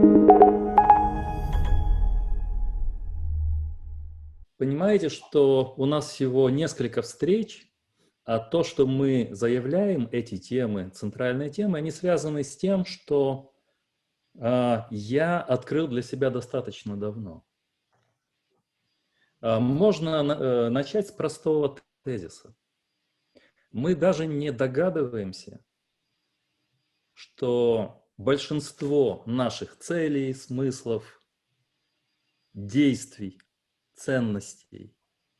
Понимаете, что у нас всего несколько встреч, а то, что мы заявляем, эти темы, центральные темы, они связаны с тем, что я открыл для себя достаточно давно. Можно начать с простого тезиса. Мы даже не догадываемся, что большинство наших целей, смыслов, действий, ценностей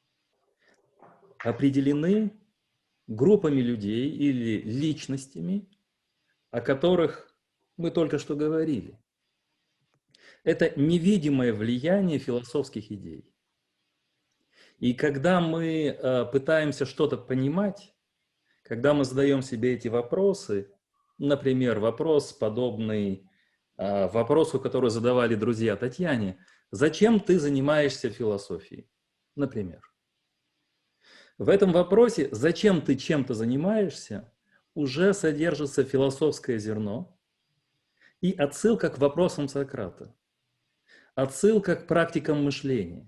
определены группами людей или личностями, о которых мы только что говорили. Это невидимое влияние философских идей. И когда мы пытаемся что-то понимать, когда мы задаем себе эти вопросы, например, вопрос, подобный вопросу, который задавали друзья Татьяне, «Зачем ты занимаешься философией?» Например. В этом вопросе «Зачем ты чем-то занимаешься?» уже содержится философское зерно и отсылка к вопросам Сократа, отсылка к практикам мышления,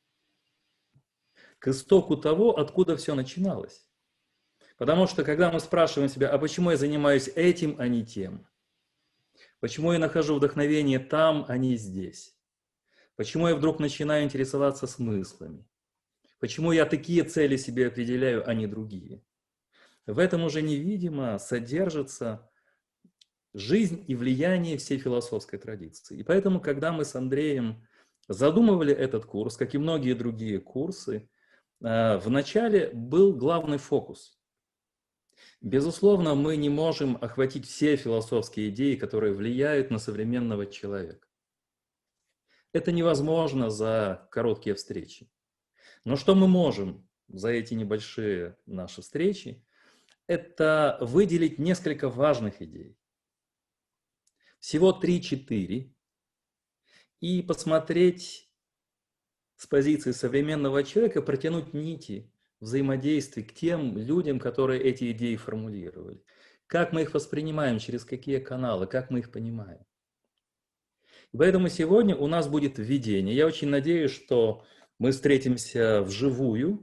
к истоку того, откуда все начиналось. Потому что, когда мы спрашиваем себя, а почему я занимаюсь этим, а не тем? Почему я нахожу вдохновение там, а не здесь? Почему я вдруг начинаю интересоваться смыслами? Почему я такие цели себе определяю, а не другие? В этом уже невидимо содержится жизнь и влияние всей философской традиции. И поэтому, когда мы с Андреем задумывали этот курс, как и многие другие курсы, вначале был главный фокус. Безусловно, мы не можем охватить все философские идеи, которые влияют на современного человека. Это невозможно за короткие встречи. Но что мы можем за эти небольшие наши встречи, это выделить несколько важных идей. Всего 3-4. И посмотреть с позиции современного человека, протянуть нити взаимодействий к тем людям, которые эти идеи формулировали. Как мы их воспринимаем, через какие каналы, как мы их понимаем. И поэтому сегодня у нас будет введение. Я очень надеюсь, что мы встретимся вживую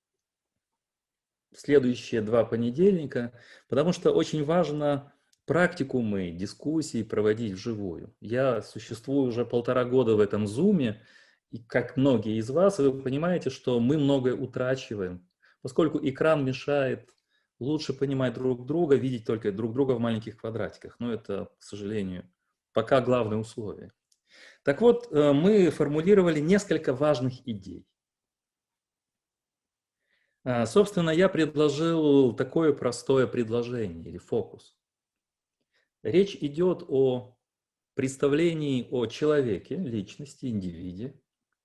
в следующие 2 понедельника, потому что очень важно практикумы, дискуссии проводить вживую. Я существую уже 1,5 года в этом зуме, и как многие из вас, вы понимаете, что мы многое утрачиваем, поскольку экран мешает лучше понимать друг друга, видеть только друг друга в маленьких квадратиках. Но это, к сожалению, пока главное условие. Так вот, мы формулировали несколько важных идей. Собственно, я предложил такое простое предложение или фокус. Речь идет о представлении о человеке, личности, индивиде,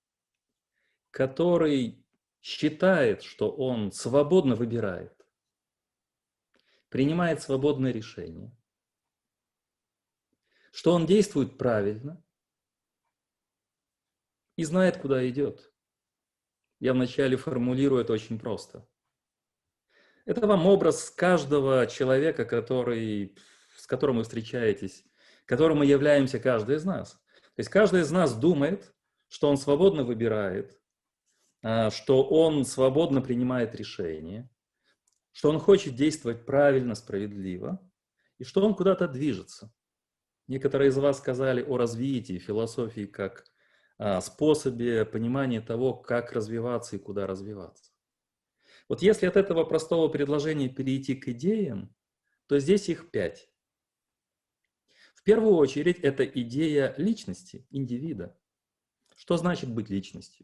который считает, что он свободно выбирает, принимает свободное решение, что он действует правильно и знает, куда идет. Я вначале формулирую это очень просто. Это вам образ каждого человека, с которым вы встречаетесь, которым мы являемся каждый из нас. То есть каждый из нас думает, что он свободно выбирает, что он свободно принимает решения, что он хочет действовать правильно, справедливо, и что он куда-то движется. Некоторые из вас сказали о развитии философии как способе понимания того, как развиваться и куда развиваться. Вот если от этого простого предложения перейти к идеям, то здесь их 5. В первую очередь, это идея личности, индивида. Что значит быть личностью?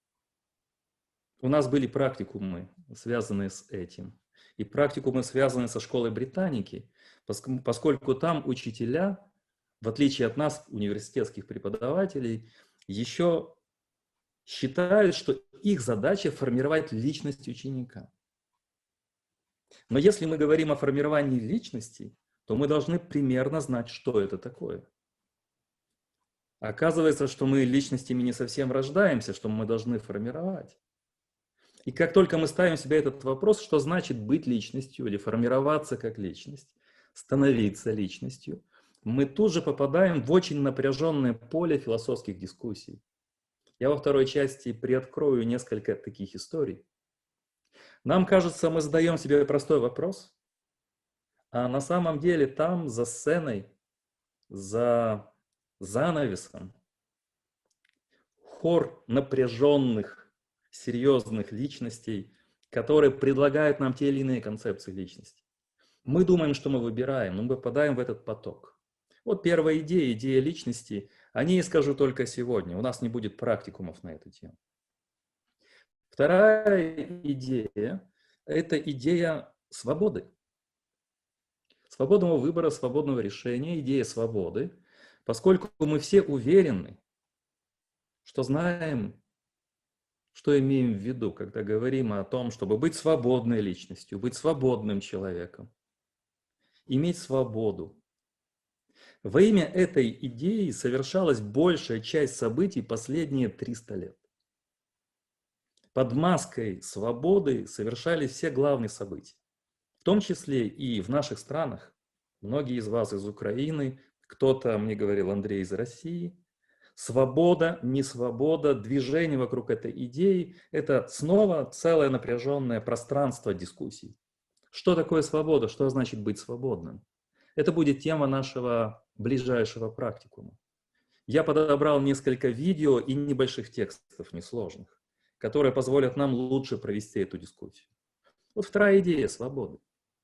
У нас были практикумы, связанные с этим. И практикумы, связанные со школой Британики, поскольку там учителя, в отличие от нас, университетских преподавателей, еще считают, что их задача формировать личность ученика. Но если мы говорим о формировании личности, то мы должны примерно знать, что это такое. Оказывается, что мы личностями не совсем рождаемся, что мы должны формировать. И как только мы ставим себе этот вопрос, что значит быть личностью или формироваться как личность, становиться личностью, мы тут же попадаем в очень напряженное поле философских дискуссий. Я во второй части приоткрою несколько таких историй. Нам кажется, мы задаем себе простой вопрос, а на самом деле там, за сценой, за занавесом, хор напряженных, серьезных личностей, которые предлагают нам те или иные концепции личности. Мы думаем, что мы выбираем, но мы попадаем в этот поток. Вот первая идея, идея личности, о ней я скажу только сегодня. У нас не будет практикумов на эту тему. Вторая идея – это идея свободы. Свободного выбора, свободного решения, идея свободы, поскольку мы все уверены, что знаем, что имеем в виду, когда говорим о том, чтобы быть свободной личностью, быть свободным человеком, иметь свободу. Во имя этой идеи совершалась большая часть событий последние 300 лет. Под маской свободы совершались все главные события. В том числе и в наших странах. Многие из вас из Украины, кто-то, мне говорил Андрей, из России. Свобода, не свобода, движение вокруг этой идеи – это снова целое напряженное пространство дискуссий. Что такое свобода? Что значит быть свободным? Это будет тема нашего ближайшего практикума. Я подобрал несколько видео и небольших текстов, несложных, которые позволят нам лучше провести эту дискуссию. Вот вторая идея свободы.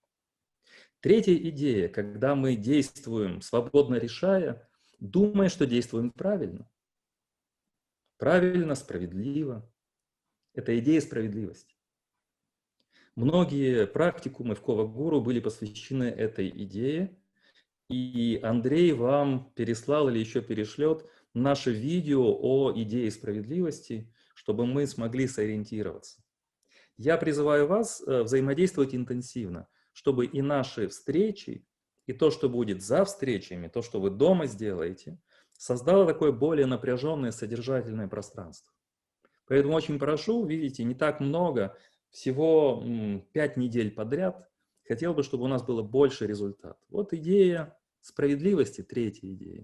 Третья идея, когда мы действуем, свободно решая, думая, что действуем правильно. Правильно, справедливо. Это идея справедливости. Многие практикумы в Кова-Гуру были посвящены этой идее, и Андрей вам переслал или еще перешлет наше видео о идее справедливости, чтобы мы смогли сориентироваться. Я призываю вас взаимодействовать интенсивно, чтобы и наши встречи, и то, что будет за встречами, то, что вы дома сделаете, создало такое более напряженное содержательное пространство. Поэтому очень прошу, видите, не так много, всего 5 недель подряд. Хотел бы, чтобы у нас было больше результат. Вот идея справедливости, третья идея.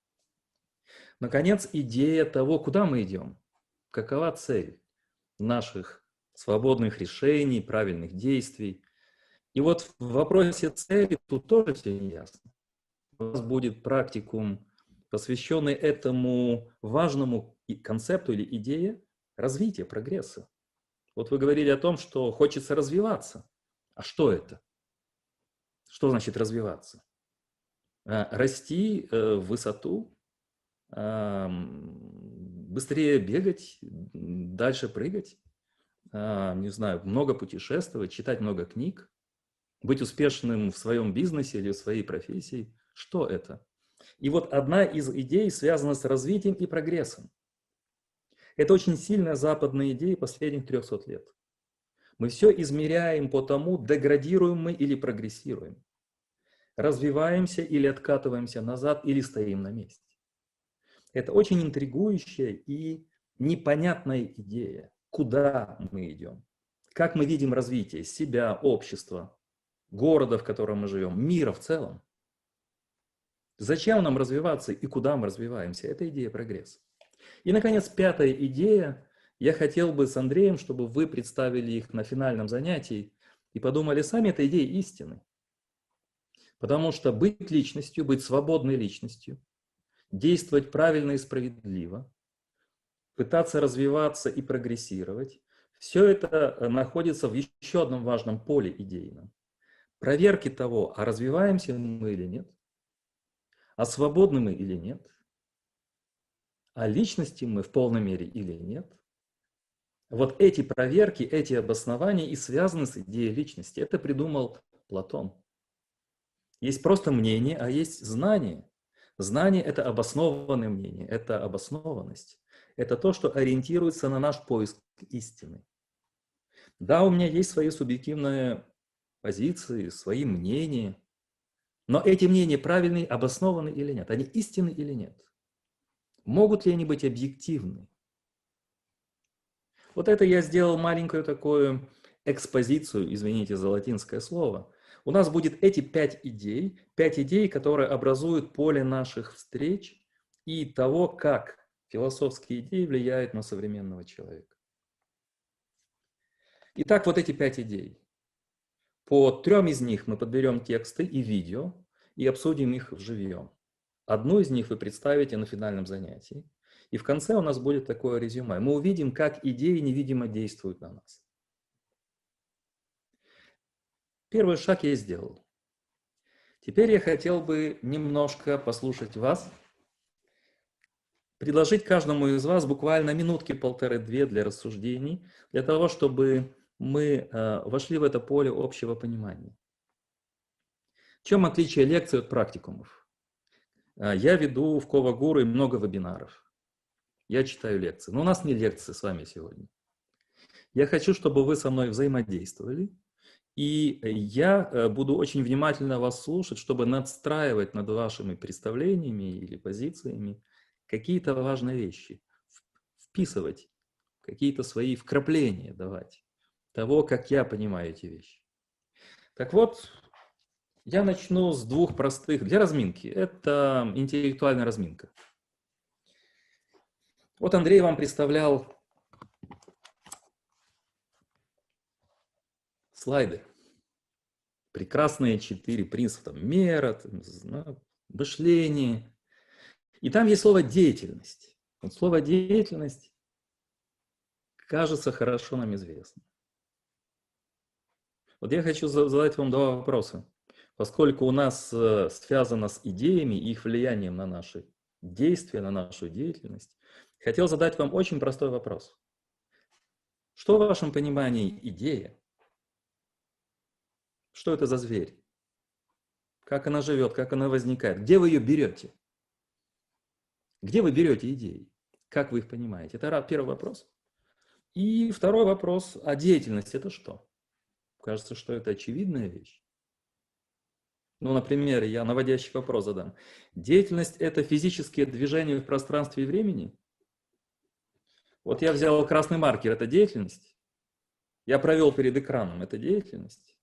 Наконец, идея того, куда мы идем, какова цель наших свободных решений, правильных действий. И вот в вопросе цели тут тоже все не ясно. У нас будет практикум, посвященный этому важному концепту или идее развития, прогресса. Вот вы говорили о том, что хочется развиваться. А что это? Что значит развиваться? Расти в высоту, быстрее бегать, дальше прыгать, не знаю, много путешествовать, читать много книг, быть успешным в своем бизнесе или в своей профессии. Что это? И вот одна из идей связана с развитием и прогрессом. Это очень сильная западная идея последних 300 лет. Мы все измеряем по тому, деградируем мы или прогрессируем. Развиваемся или откатываемся назад, или стоим на месте. Это очень интригующая и непонятная идея. Куда мы идем? Как мы видим развитие себя, общества, города, в котором мы живем, мира в целом? Зачем нам развиваться и куда мы развиваемся? Это идея прогресса. И, наконец, пятая идея. Я хотел бы с Андреем, чтобы вы представили их на финальном занятии и подумали сами, это идея истины. Потому что быть личностью, быть свободной личностью, действовать правильно и справедливо, пытаться развиваться и прогрессировать, все это находится в еще одном важном поле идейном. Проверки того, а развиваемся мы или нет, а свободны мы или нет, а личности мы в полной мере или нет. Вот эти проверки, эти обоснования и связаны с идеей личности. Это придумал Платон. Есть просто мнение, а есть знание. Знание – это обоснованное мнение, это обоснованность. Это то, что ориентируется на наш поиск истины. Да, у меня есть свои субъективные позиции, свои мнения, но эти мнения правильные, обоснованы или нет? Они истинны или нет? Могут ли они быть объективны? Вот это я сделал маленькую такую экспозицию, извините за латинское слово. У нас будет эти 5 идей, которые образуют поле наших встреч и того, как философские идеи влияют на современного человека. Итак, вот эти 5 идей. По 3 из них мы подберем тексты и видео и обсудим их вживьем. Одну из них вы представите на финальном занятии. И в конце у нас будет такое резюме. Мы увидим, как идеи невидимо действуют на нас. Первый шаг я сделал. Теперь я хотел бы немножко послушать вас, предложить каждому из вас буквально минутки 1,5-2 для рассуждений, для того, чтобы мы вошли в это поле общего понимания. В чем отличие лекций от практикумов? Я веду в Ковагуру много вебинаров. Я читаю лекции. Но у нас не лекции с вами сегодня. Я хочу, чтобы вы со мной взаимодействовали. И я буду очень внимательно вас слушать, чтобы надстраивать над вашими представлениями или позициями какие-то важные вещи, вписывать какие-то свои вкрапления давать того, как я понимаю эти вещи. Так вот, я начну с 2 простых, для разминки. Это интеллектуальная разминка. Вот Андрей вам представлял слайды. Прекрасные 4 принципа. Мера, мышление. И там есть слово «деятельность». Вот слово «деятельность» кажется хорошо нам известно. Вот я хочу задать вам 2 вопроса. Поскольку у нас связано с идеями и их влиянием на наши действия, на нашу деятельность, хотел задать вам очень простой вопрос. Что в вашем понимании идея? Что это за зверь? Как она живет, как она возникает? Где вы ее берете? Где вы берете идеи? Как вы их понимаете? Это первый вопрос. И второй вопрос, а деятельность это что? Кажется, что это очевидная вещь. Ну, например, я наводящий вопрос задам. Деятельность это физические движения в пространстве и времени? Вот я взял красный маркер, это деятельность? Я провел перед экраном, это деятельность?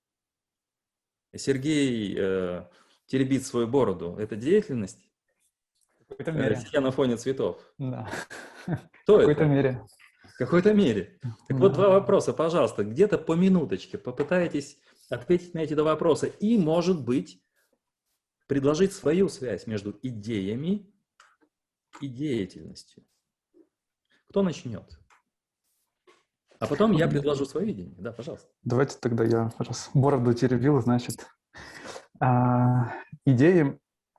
Сергей теребит свою бороду, это деятельность? В какой-то мере. Сидя на фоне цветов. Да. Кто в какой-то это? мере. В какой-то мере. Так вот, 2 вопроса, пожалуйста, где-то по минуточке попытайтесь ответить на эти 2 вопроса и, может быть, предложить свою связь между идеями и деятельностью. Кто начнет? А потом я предложу свое видение. Да, пожалуйста. Давайте тогда я, раз бороду теребил, значит, идеи.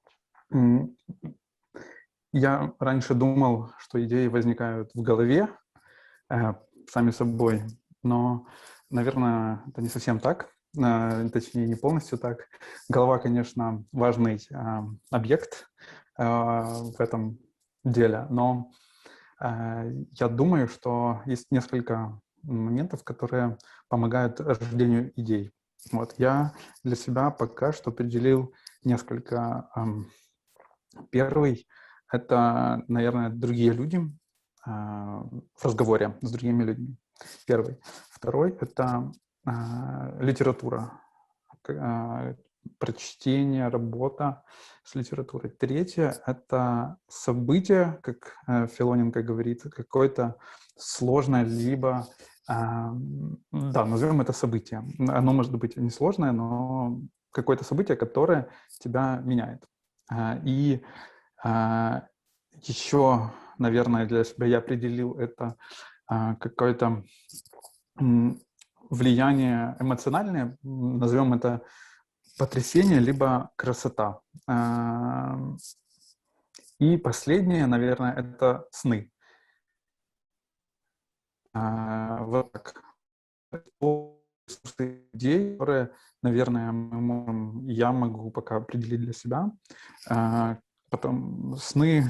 Я раньше думал, что идеи возникают в голове сами собой, но, наверное, это не совсем так, точнее, не полностью так. Голова, конечно, важный объект в этом деле, но я думаю, что есть несколько моментов, которые помогают рождению идей. Вот, я для себя пока что определил несколько. Первый — это, наверное, другие люди в разговоре с другими людьми. Первый. Второй — это литература, прочтение, работа с литературой. Третье — это событие, как Филоненко говорит, какое-то сложное, либо, да, назовем это событие. Оно может быть не сложное, но какое-то событие, которое тебя меняет. И еще, наверное, для себя я определил это какое-то влияние эмоциональное, назовем это потрясение, либо красота. И последнее, наверное, это сны. Вот так. Идеи, которые, наверное, я могу пока определить для себя. Потом сны,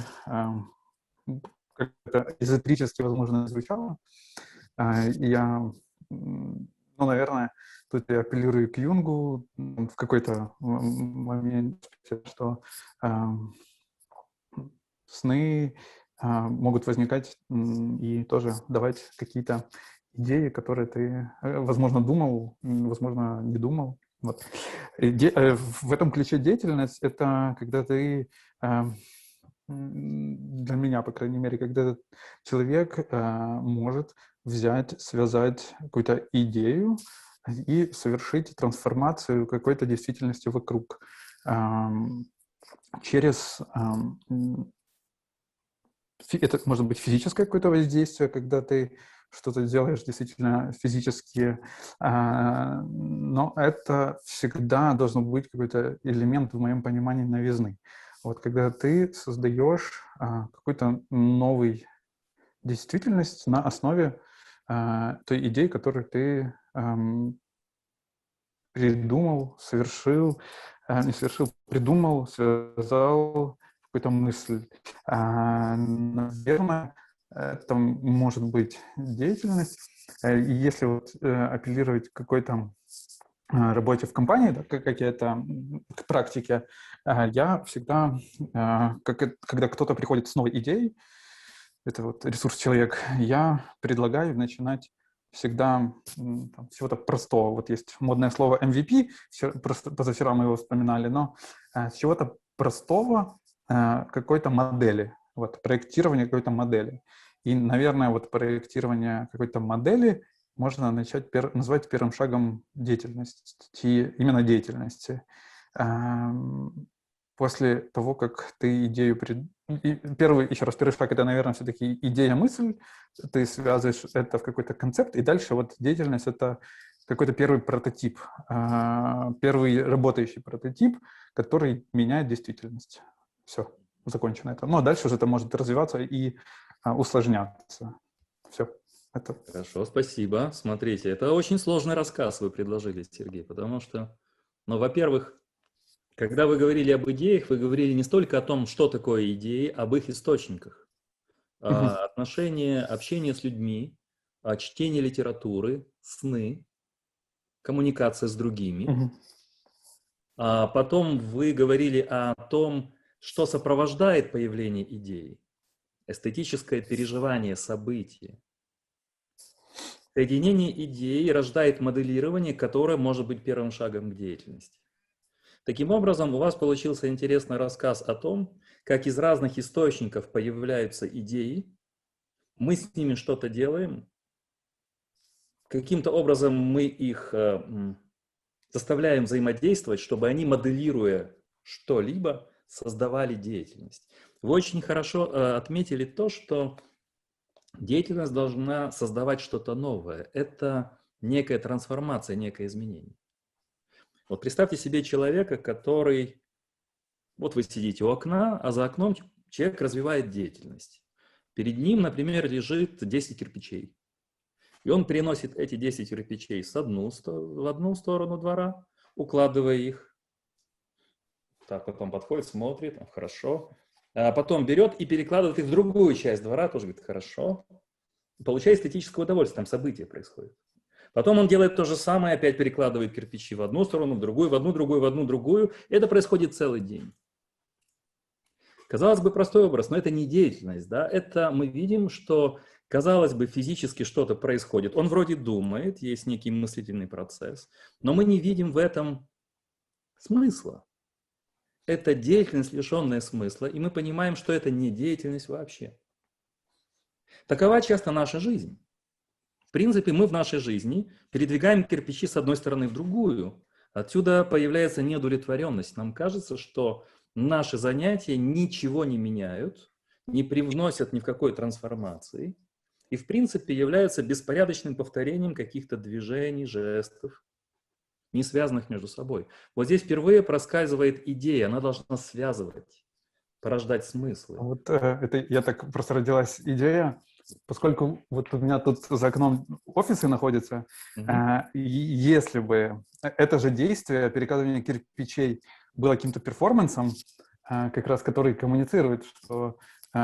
как-то эзотерически, возможно, звучало. Я, наверное, тут я апеллирую к Юнгу в какой-то момент, что сны могут возникать и тоже давать какие-то идеи, которые ты, возможно, думал, возможно, не думал. Вот. В этом ключе деятельность — это когда ты, для меня, по крайней мере, когда человек может взять, связать какую-то идею и совершить трансформацию какой-то действительности вокруг через это может быть физическое какое-то воздействие, когда ты что-то делаешь действительно физически, но это всегда должен быть какой-то элемент, в моем понимании, новизны. Вот когда ты создаешь какую-то новую действительность на основе той идеи, которую ты придумал, совершил, не совершил, придумал, связал какую-то мысль. Наверное, это может быть деятельность. И если вот апеллировать к какой-то работе в компании, да, какие-то к практике, я всегда, когда кто-то приходит с новой идеей, это вот ресурс человек, я предлагаю начинать всегда с чего-то простого. Вот есть модное слово MVP, позавчера мы его вспоминали, но с чего-то простого какой-то модели, вот, проектирование какой-то модели. И, наверное, вот проектирование какой-то модели можно начать назвать первым шагом деятельности, именно деятельности. После того, как ты идею... Первый шаг — это, наверное, все-таки идея-мысль, ты связываешь это в какой-то концепт, и дальше вот деятельность — это какой-то первый прототип, первый работающий прототип, который меняет действительность. Все, закончено это. Ну, а дальше уже это может развиваться и усложняться. Все. Это... Хорошо, спасибо. Смотрите, это очень сложный рассказ вы предложили, Сергей, потому что, ну, во-первых, когда вы говорили об идеях, вы говорили не столько о том, что такое идеи, об их источниках. Отношения, общение с людьми, чтение литературы, сны, коммуникация с другими. Потом вы говорили о том, что сопровождает появление идеи. Эстетическое переживание события. Соединение идей рождает моделирование, которое может быть первым шагом к деятельности. Таким образом, у вас получился интересный рассказ о том, как из разных источников появляются идеи, мы с ними что-то делаем, каким-то образом мы их заставляем взаимодействовать, чтобы они, моделируя что-либо, создавали деятельность. Вы очень хорошо отметили то, что деятельность должна создавать что-то новое. Это некая трансформация, некое изменение. Вот представьте себе человека, который... Вот вы сидите у окна, а за окном человек развивает деятельность. Перед ним, например, лежит 10 кирпичей. И он переносит эти 10 кирпичей в одну сторону двора, укладывая их. Так, потом подходит, смотрит, хорошо. А потом берет и перекладывает их в другую часть двора, тоже говорит, хорошо. Получает эстетическое удовольствие, там событие происходит. Потом он делает то же самое, опять перекладывает кирпичи в одну сторону, в другую, в одну, другую, в одну, другую. Это происходит целый день. Казалось бы, простой образ, но это не деятельность, да? Это мы видим, что, казалось бы, физически что-то происходит. Он вроде думает, есть некий мыслительный процесс, но мы не видим в этом смысла. Это деятельность, лишенная смысла, и мы понимаем, что это не деятельность вообще. Такова часто наша жизнь. В принципе, мы в нашей жизни передвигаем кирпичи с одной стороны в другую. Отсюда появляется неудовлетворенность. Нам кажется, что наши занятия ничего не меняют, не привносят ни в какой трансформации и, в принципе, являются беспорядочным повторением каких-то движений, жестов, не связанных между собой. Вот здесь впервые проскальзывает идея, она должна связывать, порождать смыслы. Вот это я так просто родилась идея, поскольку вот у меня тут за окном офисы находятся, если бы это же действие, перекладывание кирпичей, было каким-то перформансом, как раз который коммуницирует, что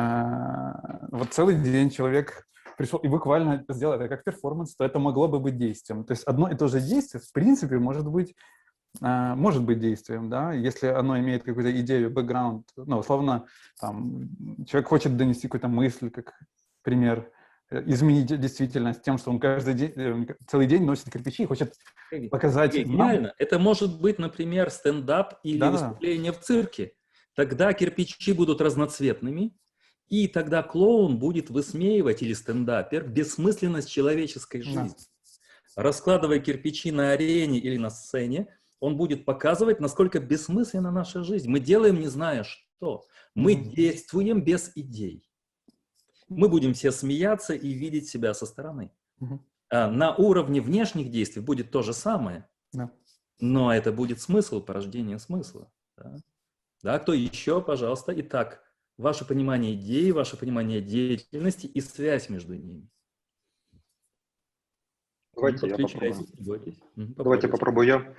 вот целый день человек пришел и буквально сделал это как перформанс, то это могло бы быть действием. То есть одно и то же действие, в принципе, может быть действием, да, если оно имеет какую-то идею, бэкграунд, ну, условно, там, человек хочет донести какую-то мысль, как пример, изменить действительность тем, что он каждый день, целый день носит кирпичи и хочет показать нам. Гениально. Это может быть, например, стендап или Да-да-да. выступление в цирке. Тогда кирпичи будут разноцветными, и тогда клоун будет высмеивать, или стендапер, бессмысленность человеческой Да. жизни. Раскладывая кирпичи на арене или на сцене, он будет показывать, насколько бессмысленна наша жизнь. Мы делаем, не зная что. Мы Мгм. действуем без идей. Мы будем все смеяться и видеть себя со стороны. Мгм. На уровне внешних действий будет то же самое, Да. но это будет смысл, порождение смысла. Да? Да, кто еще, пожалуйста? Итак, ваше понимание идеи, ваше понимание деятельности и связь между ними. Давайте я попробую. Подключайтесь, не бойтесь. Давайте Попробуйте. попробую я.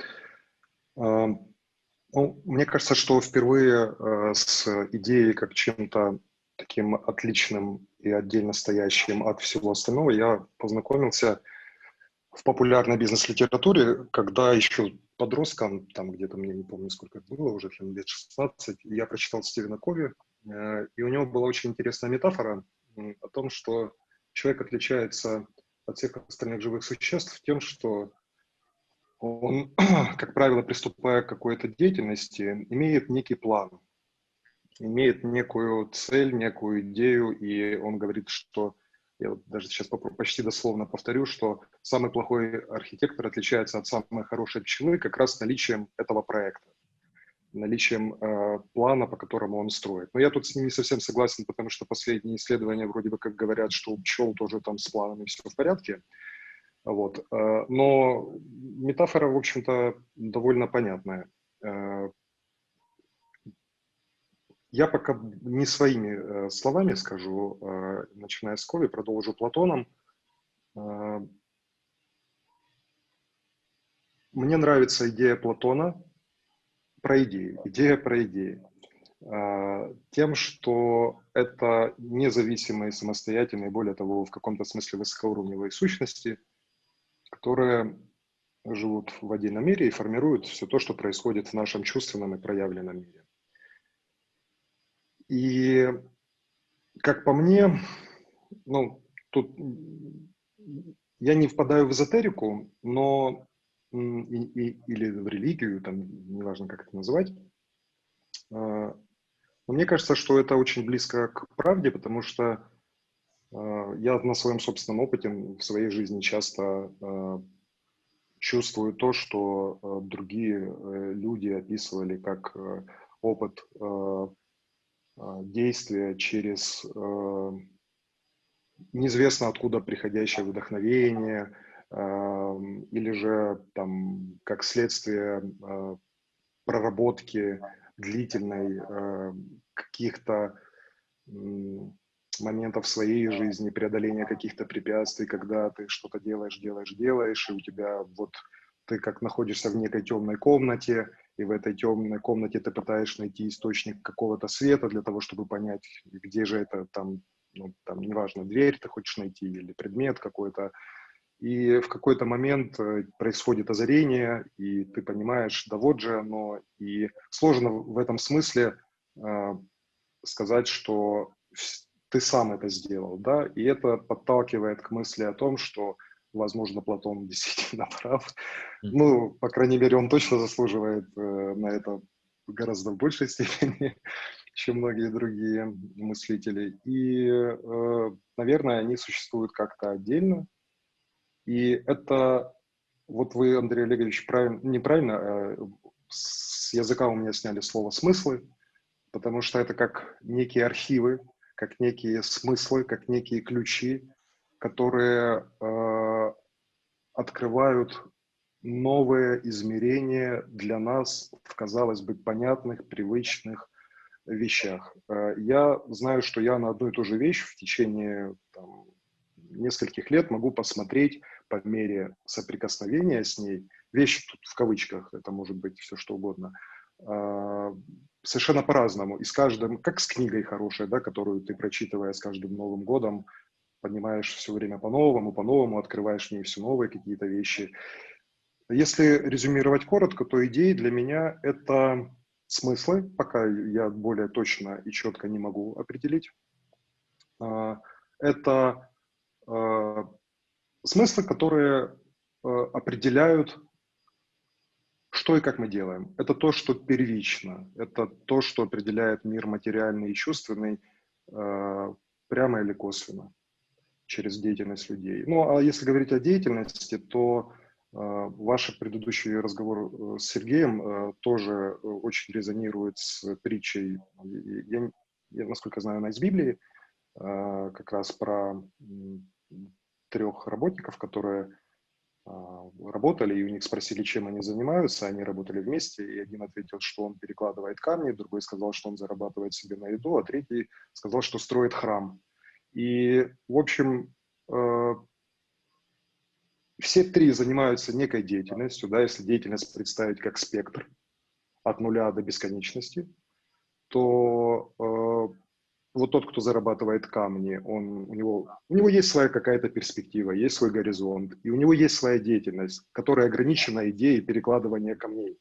Ну, мне кажется, что впервые с идеей как чем-то таким отличным и отдельно стоящим от всего остального я познакомился в популярной бизнес-литературе, когда еще подростком, там где-то мне не помню, сколько это было, уже лет 16, я прочитал Стивена Кови, и у него была очень интересная метафора о том, что человек отличается от всех остальных живых существ тем, что он, как правило, приступая к какой-то деятельности, имеет некий план, имеет некую цель, некую идею, и он говорит, что, я вот даже сейчас почти дословно повторю, что самый плохой архитектор отличается от самой хорошей пчелы как раз наличием этого проекта, наличием плана, по которому он строит. Но я тут с ним не совсем согласен, потому что последние исследования вроде бы как говорят, что у пчел тоже там с планами все в порядке. Вот. Но метафора, в общем-то, довольно понятная. Я пока не своими словами скажу, начиная с Кови, продолжу Платоном. Мне нравится идея Платона про идеи, идея про идеи. Тем, что это независимые, самостоятельные, более того, в каком-то смысле высокоуровневые сущности, которые живут в отдельном мире и формируют все то, что происходит в нашем чувственном и проявленном мире. И, как по мне, ну, тут я не впадаю в эзотерику, но или в религию, там, неважно, как это называть. Но мне кажется, что это очень близко к правде, потому что я на своем собственном опыте в своей жизни часто чувствую то, что другие люди описывали как опыт действия через неизвестно откуда приходящее вдохновение, или же там как следствие проработки длительной каких-то моментов в своей жизни, преодоления каких-то препятствий, когда ты что-то делаешь, и у тебя вот ты как находишься в некой темной комнате, и в этой темной комнате ты пытаешься найти источник какого-то света для того, чтобы понять, где же это там, ну, там, неважно, дверь ты хочешь найти или предмет какой-то. И в какой-то момент происходит озарение, и ты понимаешь, да вот же оно. И сложно в этом смысле сказать, что ты сам это сделал, да, и это подталкивает к мысли о том, что, возможно, Платон действительно прав. Ну, по крайней мере, он точно заслуживает на это гораздо в большей степени, чем многие другие мыслители. И, наверное, они существуют как-то отдельно. И это, вот вы, Андрей Олегович, неправильно, с языка у меня сняли слово «смыслы», потому что это как некие архивы, как некие смыслы, как некие ключи, которые открывают новые измерения для нас в, казалось бы, понятных, привычных вещах. Я знаю, что я на одну и ту же вещь в течение там, нескольких лет могу посмотреть по мере соприкосновения с ней. Вещь тут в кавычках, это может быть все что угодно. Совершенно по-разному. И с каждым, как с книгой хорошей, да, которую ты, прочитывая с каждым Новым годом, понимаешь все время по-новому, открываешь в ней все новые какие-то вещи. Если резюмировать коротко, то идеи для меня это смыслы, пока я более точно и четко не могу определить. Это смыслы, которые определяют, что и как мы делаем. Это то, что первично, это то, что определяет мир материальный и чувственный, прямо или косвенно, через деятельность людей. Ну, а если говорить о деятельности, то ваш предыдущий разговор с Сергеем тоже очень резонирует с притчей, я, насколько знаю, она из Библии, как раз про 3 работников, которые работали, и у них спросили, чем они занимаются, они работали вместе, и один ответил, что он перекладывает камни, другой сказал, что он зарабатывает себе на еду, а третий сказал, что строит храм. И, в общем, все 3 занимаются некой деятельностью, да, если деятельность представить как спектр от нуля до бесконечности, то вот тот, кто зарабатывает камни, у него есть своя какая-то перспектива, есть свой горизонт, и у него есть своя деятельность, которая ограничена идеей перекладывания камней.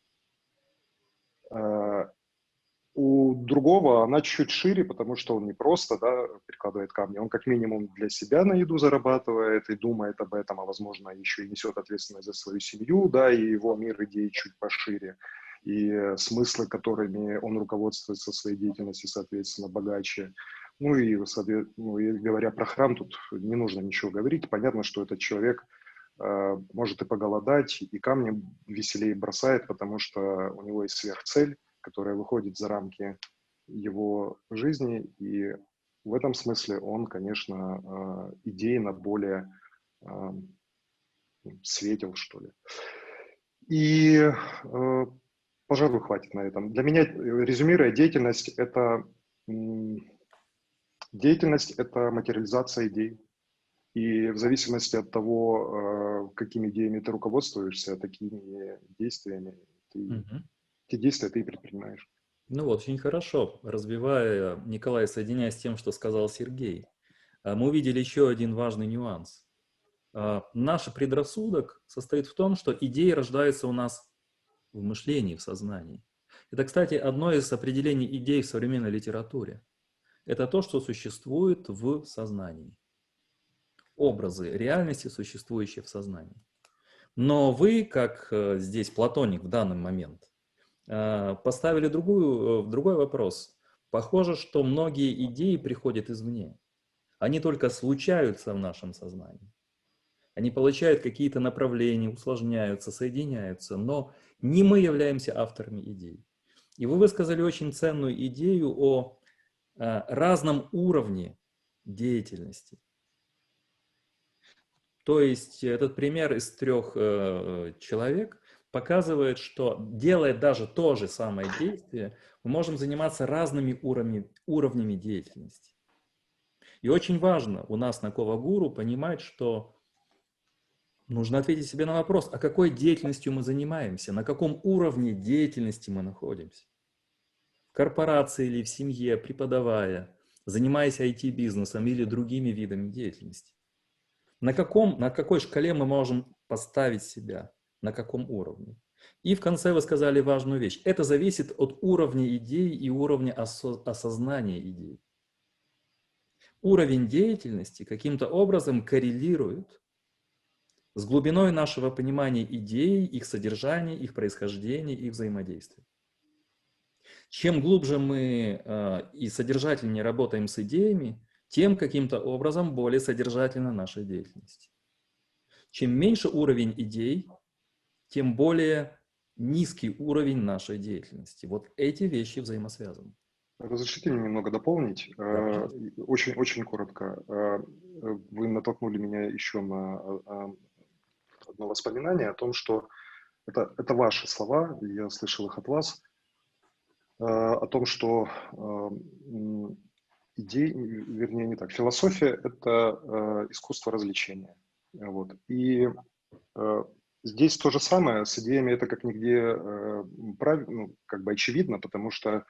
У другого она чуть шире, потому что он не просто, да, перекладывает камни, он как минимум для себя на еду зарабатывает и думает об этом, а возможно еще и несет ответственность за свою семью, да, и его мир идей чуть пошире, и смыслы, которыми он руководствуется в своей деятельности, соответственно, богаче. Ну и говоря про храм, тут не нужно ничего говорить, понятно, что этот человек может и поголодать, и камни веселее бросает, потому что у него есть сверхцель, которая выходит за рамки его жизни, и в этом смысле он, конечно, идейно более светил, что ли. И, пожалуй, хватит на этом. Для меня, резюмируя, деятельность – это материализация идей. И в зависимости от того, какими идеями ты руководствуешься, такими действиями, эти действия ты и предпринимаешь. Ну вот, очень хорошо. Развивая, Николай, соединяясь с тем, что сказал Сергей, мы увидели еще один важный нюанс. Наш предрассудок состоит в том, что идеи рождаются у нас в мышлении, в сознании. Это, кстати, одно из определений идей в современной литературе. Это то, что существует в сознании. Образы реальности, существующие в сознании. Но вы, как здесь платоник в данный момент, поставили другой вопрос. Похоже, что многие идеи приходят извне. Они только случаются в нашем сознании. Они получают какие-то направления, усложняются, соединяются, но не мы являемся авторами идей. И вы высказали очень ценную идею о разном уровне деятельности. То есть этот пример из 3 человек показывает, что делая даже то же самое действие, мы можем заниматься разными уровнями деятельности. И очень важно у нас на Ковагуру понимать, что нужно ответить себе на вопрос, а какой деятельностью мы занимаемся, на каком уровне деятельности мы находимся. В корпорации или в семье, преподавая, занимаясь IT-бизнесом или другими видами деятельности. На какой шкале мы можем поставить себя, на каком уровне. И в конце вы сказали важную вещь. Это зависит от уровня идей и уровня осознания идей. Уровень деятельности каким-то образом коррелирует с глубиной нашего понимания идей, их содержания, их происхождения, их взаимодействия. Чем глубже мы и содержательнее работаем с идеями, тем каким-то образом более содержательна наша деятельность. Чем меньше уровень идей, тем более низкий уровень нашей деятельности. Вот эти вещи взаимосвязаны. Разрешите мне немного дополнить? Да, пожалуйста. Очень коротко. Вы натолкнули меня еще на одно воспоминание о том, что это ваши слова, я слышал их от вас, о том, что вернее не так, философия – это искусство развлечения. Вот. И здесь то же самое, с идеями это как нигде как бы очевидно, потому что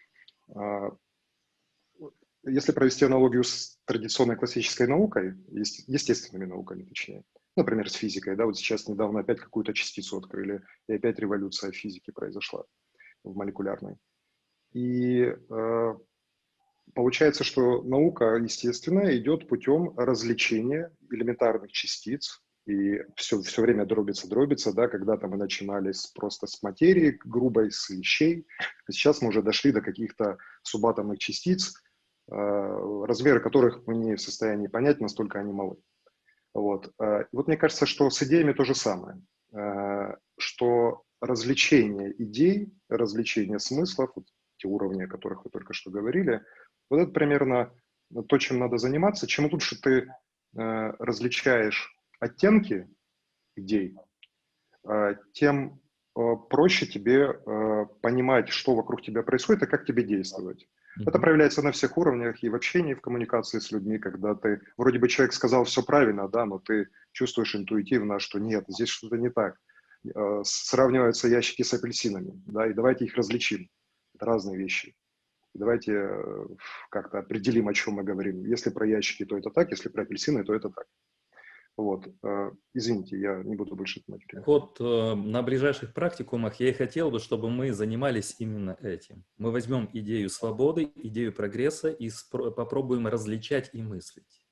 если провести аналогию с традиционной классической наукой, естественными науками, точнее, например, с физикой, да, вот сейчас недавно опять какую-то частицу открыли, и опять революция физики произошла в молекулярной. И Получается, что наука, естественно, идет путем развлечения элементарных частиц, и все время дробится, да, когда-то мы начинали просто с материи грубой, с вещей, а сейчас мы уже дошли до каких-то субатомных частиц, размеры которых мы не в состоянии понять, настолько они малы. Вот. И вот мне кажется, что с идеями то же самое, что развлечение идей, развлечение смыслов, вот те уровни, о которых вы только что говорили, вот это примерно то, чем надо заниматься. Чем лучше ты различаешь оттенки идей, тем проще тебе понимать, что вокруг тебя происходит и как тебе действовать. Это проявляется на всех уровнях, и в общении, и в коммуникации с людьми, когда ты, вроде бы человек сказал все правильно, да, но ты чувствуешь интуитивно, что нет, здесь что-то не так. Сравниваются ящики с апельсинами, да, и давайте их различим. Это разные вещи. Давайте как-то определим, о чем мы говорим. Если про ящики, то это так, если про апельсины, то это так. Вот. Извините, я не буду больше это материалом. Вот на ближайших практикумах я и хотел бы, чтобы мы занимались именно этим. Мы возьмем идею свободы, идею прогресса и попробуем различать и мыслить.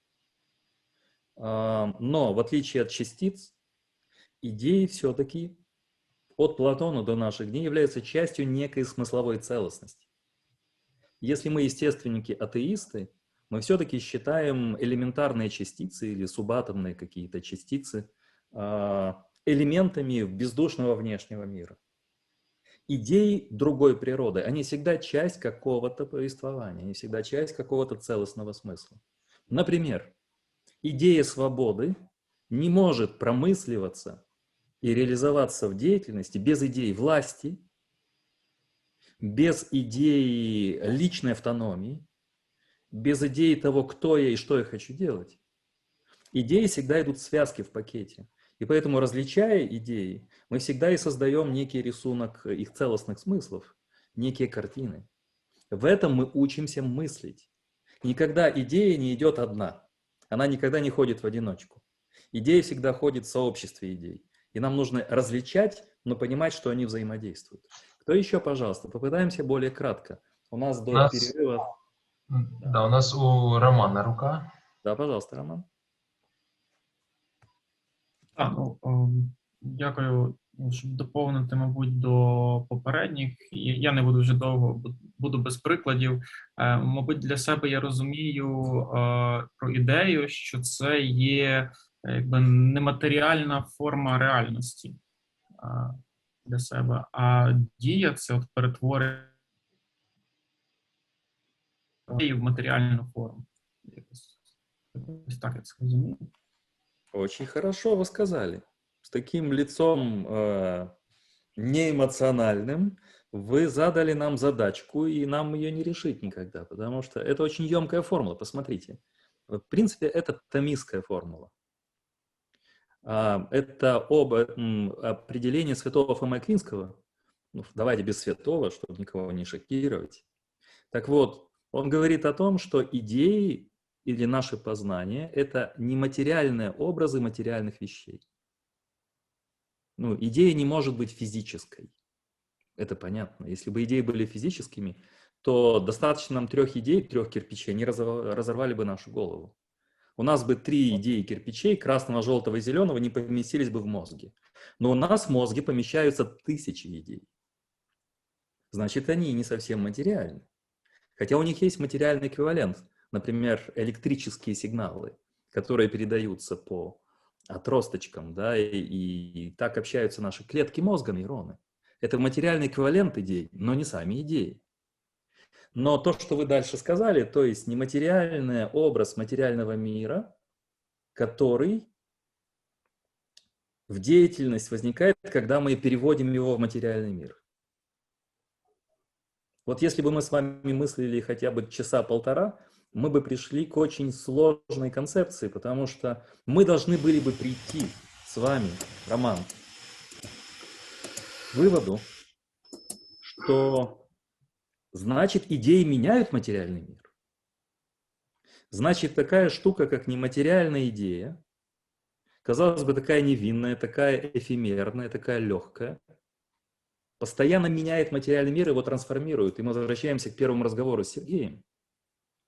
Но в отличие от частиц, идеи все-таки от Платона до наших дней являются частью некой смысловой целостности. Если мы естественники-атеисты, мы все-таки считаем элементарные частицы или субатомные какие-то частицы элементами бездушного внешнего мира. Идеи другой природы, они всегда часть какого-то повествования, они всегда часть какого-то целостного смысла. Например, идея свободы не может промысливаться и реализоваться в деятельности без идей власти, без идеи личной автономии, без идеи того, кто я и что я хочу делать. Идеи всегда идут в связке, в пакете. И поэтому, различая идеи, мы всегда и создаем некий рисунок их целостных смыслов, некие картины. В этом мы учимся мыслить. Никогда идея не идет одна. Она никогда не ходит в одиночку. Идея всегда ходит в сообществе идей. И нам нужно различать, но понимать, что они взаимодействуют. Кто еще, пожалуйста? Попытаемся более кратко. У нас до перерыва... Да, у нас у Романа рука. Да, пожалуйста, Роман. Так, дякую, щоб доповнити, мабуть, до попередніх. Я не буду вже довго, буду без прикладів. Мабуть, для себе я розумію про ідею, що це є якби нематеріальна форма реальності для себе, а дія – це от перетворення в матеріальну форму. Ось так я це розумію. Очень хорошо вы сказали. С таким лицом неэмоциональным вы задали нам задачку, и нам ее не решить никогда, потому что это очень емкая формула, посмотрите. В принципе, это томистская формула. Это определение святого Фомы Аквинского. Ну, давайте без святого, чтобы никого не шокировать. Так вот, он говорит о том, что идеи или наше познание – это нематериальные образы материальных вещей. Ну, идея не может быть физической. Это понятно. Если бы идеи были физическими, то достаточно нам 3 идей, 3 кирпичей, они разорвали бы нашу голову. У нас бы 3 идеи кирпичей, красного, желтого и зеленого, не поместились бы в мозге. Но у нас в мозге помещаются 1000 идей. Значит, они не совсем материальны. Хотя у них есть материальный эквивалент. Например, электрические сигналы, которые передаются по отросточкам, да, и так общаются наши клетки мозга, нейроны. Это материальный эквивалент идей, но не сами идеи. Но то, что вы дальше сказали, то есть нематериальный образ материального мира, который в деятельность возникает, когда мы переводим его в материальный мир. Вот если бы мы с вами мыслили хотя бы часа полтора, мы бы пришли к очень сложной концепции, потому что мы должны были бы прийти с вами, Роман, к выводу, что значит идеи меняют материальный мир. Значит, такая штука, как нематериальная идея, казалось бы, такая невинная, такая эфемерная, такая легкая, постоянно меняет материальный мир, его трансформирует. И мы возвращаемся к первому разговору с Сергеем.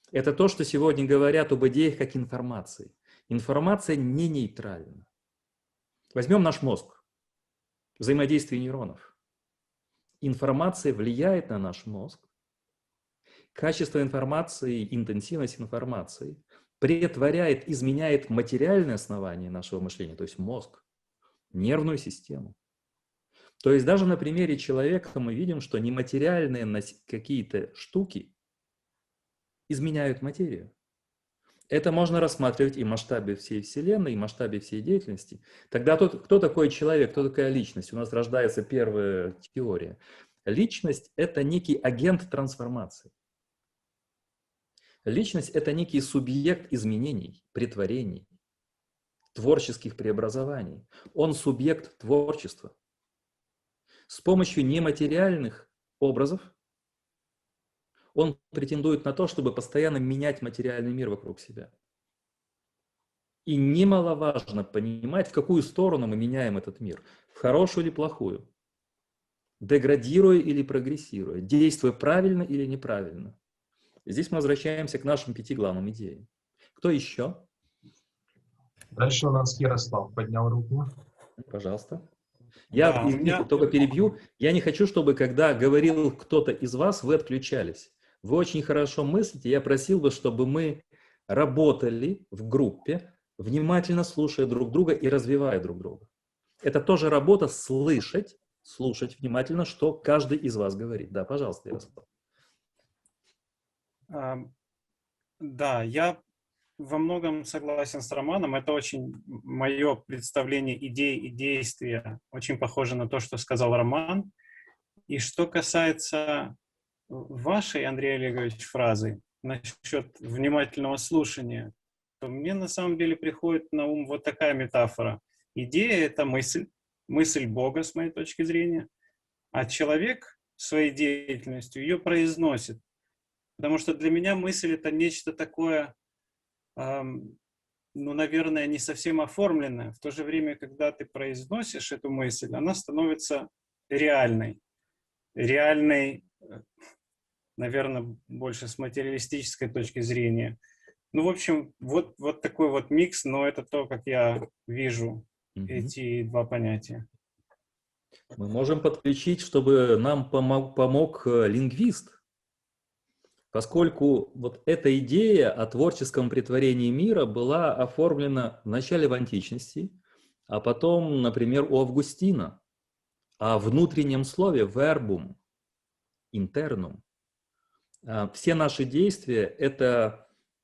Это то, что сегодня говорят об идеях как информации. Информация не нейтральна. Возьмем наш мозг, взаимодействие нейронов. Информация влияет на наш мозг. Качество информации, интенсивность информации претворяет, изменяет материальное основание нашего мышления, то есть мозг, нервную систему. То есть даже на примере человека мы видим, что нематериальные какие-то штуки изменяют материю. Это можно рассматривать и в масштабе всей Вселенной, и в масштабе всей деятельности. Тогда кто такой человек, кто такая личность? У нас рождается первая теория. Личность – это некий агент трансформации. Личность – это некий субъект изменений, претворений, творческих преобразований. Он субъект творчества. С помощью нематериальных образов он претендует на то, чтобы постоянно менять материальный мир вокруг себя. И немаловажно понимать, в какую сторону мы меняем этот мир. В хорошую или плохую. Деградируя или прогрессируя. Действуя правильно или неправильно. Здесь мы возвращаемся к нашим 5 главным идеям. Кто еще? Дальше у нас Ярослав поднял руку. Пожалуйста. Я, Да, извините, только перебью. Я не хочу, чтобы, когда говорил кто-то из вас, вы отключались. Вы очень хорошо мыслите. Я просил бы, чтобы мы работали в группе, внимательно слушая друг друга и развивая друг друга. Это тоже работа слушать внимательно, что каждый из вас говорит. Да, пожалуйста, Ярослав. Да, я во многом согласен с Романом. Это очень мое представление идей и действия, очень похоже на то, что сказал Роман. И что касается вашей, Андрей Олегович, фразы насчет внимательного слушания, то мне на самом деле приходит на ум вот такая метафора. Идея — это мысль Бога, с моей точки зрения, а человек своей деятельностью ее произносит. Потому что для меня мысль — это нечто такое, наверное, не совсем оформленное. В то же время, когда ты произносишь эту мысль, она становится реальной. Реальной, наверное, больше с материалистической точки зрения. Ну, в общем, вот такой вот микс, но это то, как я вижу эти два понятия. Мы можем подключить, чтобы нам помог лингвист. Поскольку вот эта идея о творческом претворении мира была оформлена вначале в античности, а потом, например, у Августина, о внутреннем слове verbum, internum. Все наши действия – это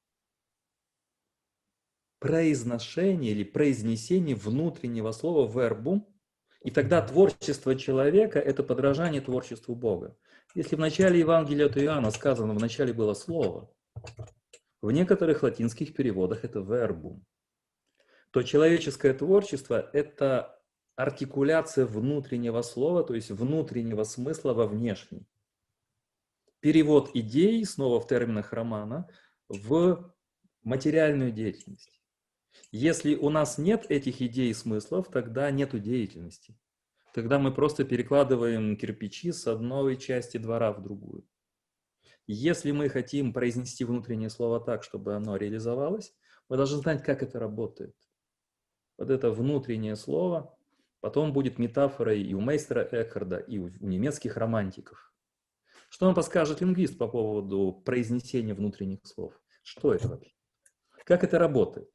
произношение или произнесение внутреннего слова verbum, и тогда творчество человека – это подражание творчеству Бога. Если в начале Евангелия от Иоанна сказано, в начале было слово, в некоторых латинских переводах это verbum, то человеческое творчество – это артикуляция внутреннего слова, то есть внутреннего смысла во внешний. Перевод идей, снова в терминах Романа, в материальную деятельность. Если у нас нет этих идей и смыслов, тогда нету деятельности. Тогда мы просто перекладываем кирпичи с одной части двора в другую. Если мы хотим произнести внутреннее слово так, чтобы оно реализовалось, мы должны знать, как это работает. Вот это внутреннее слово потом будет метафорой и у мейстера Экхарда, и у немецких романтиков. Что нам подскажет лингвист по поводу произнесения внутренних слов? Что это вообще? Как это работает?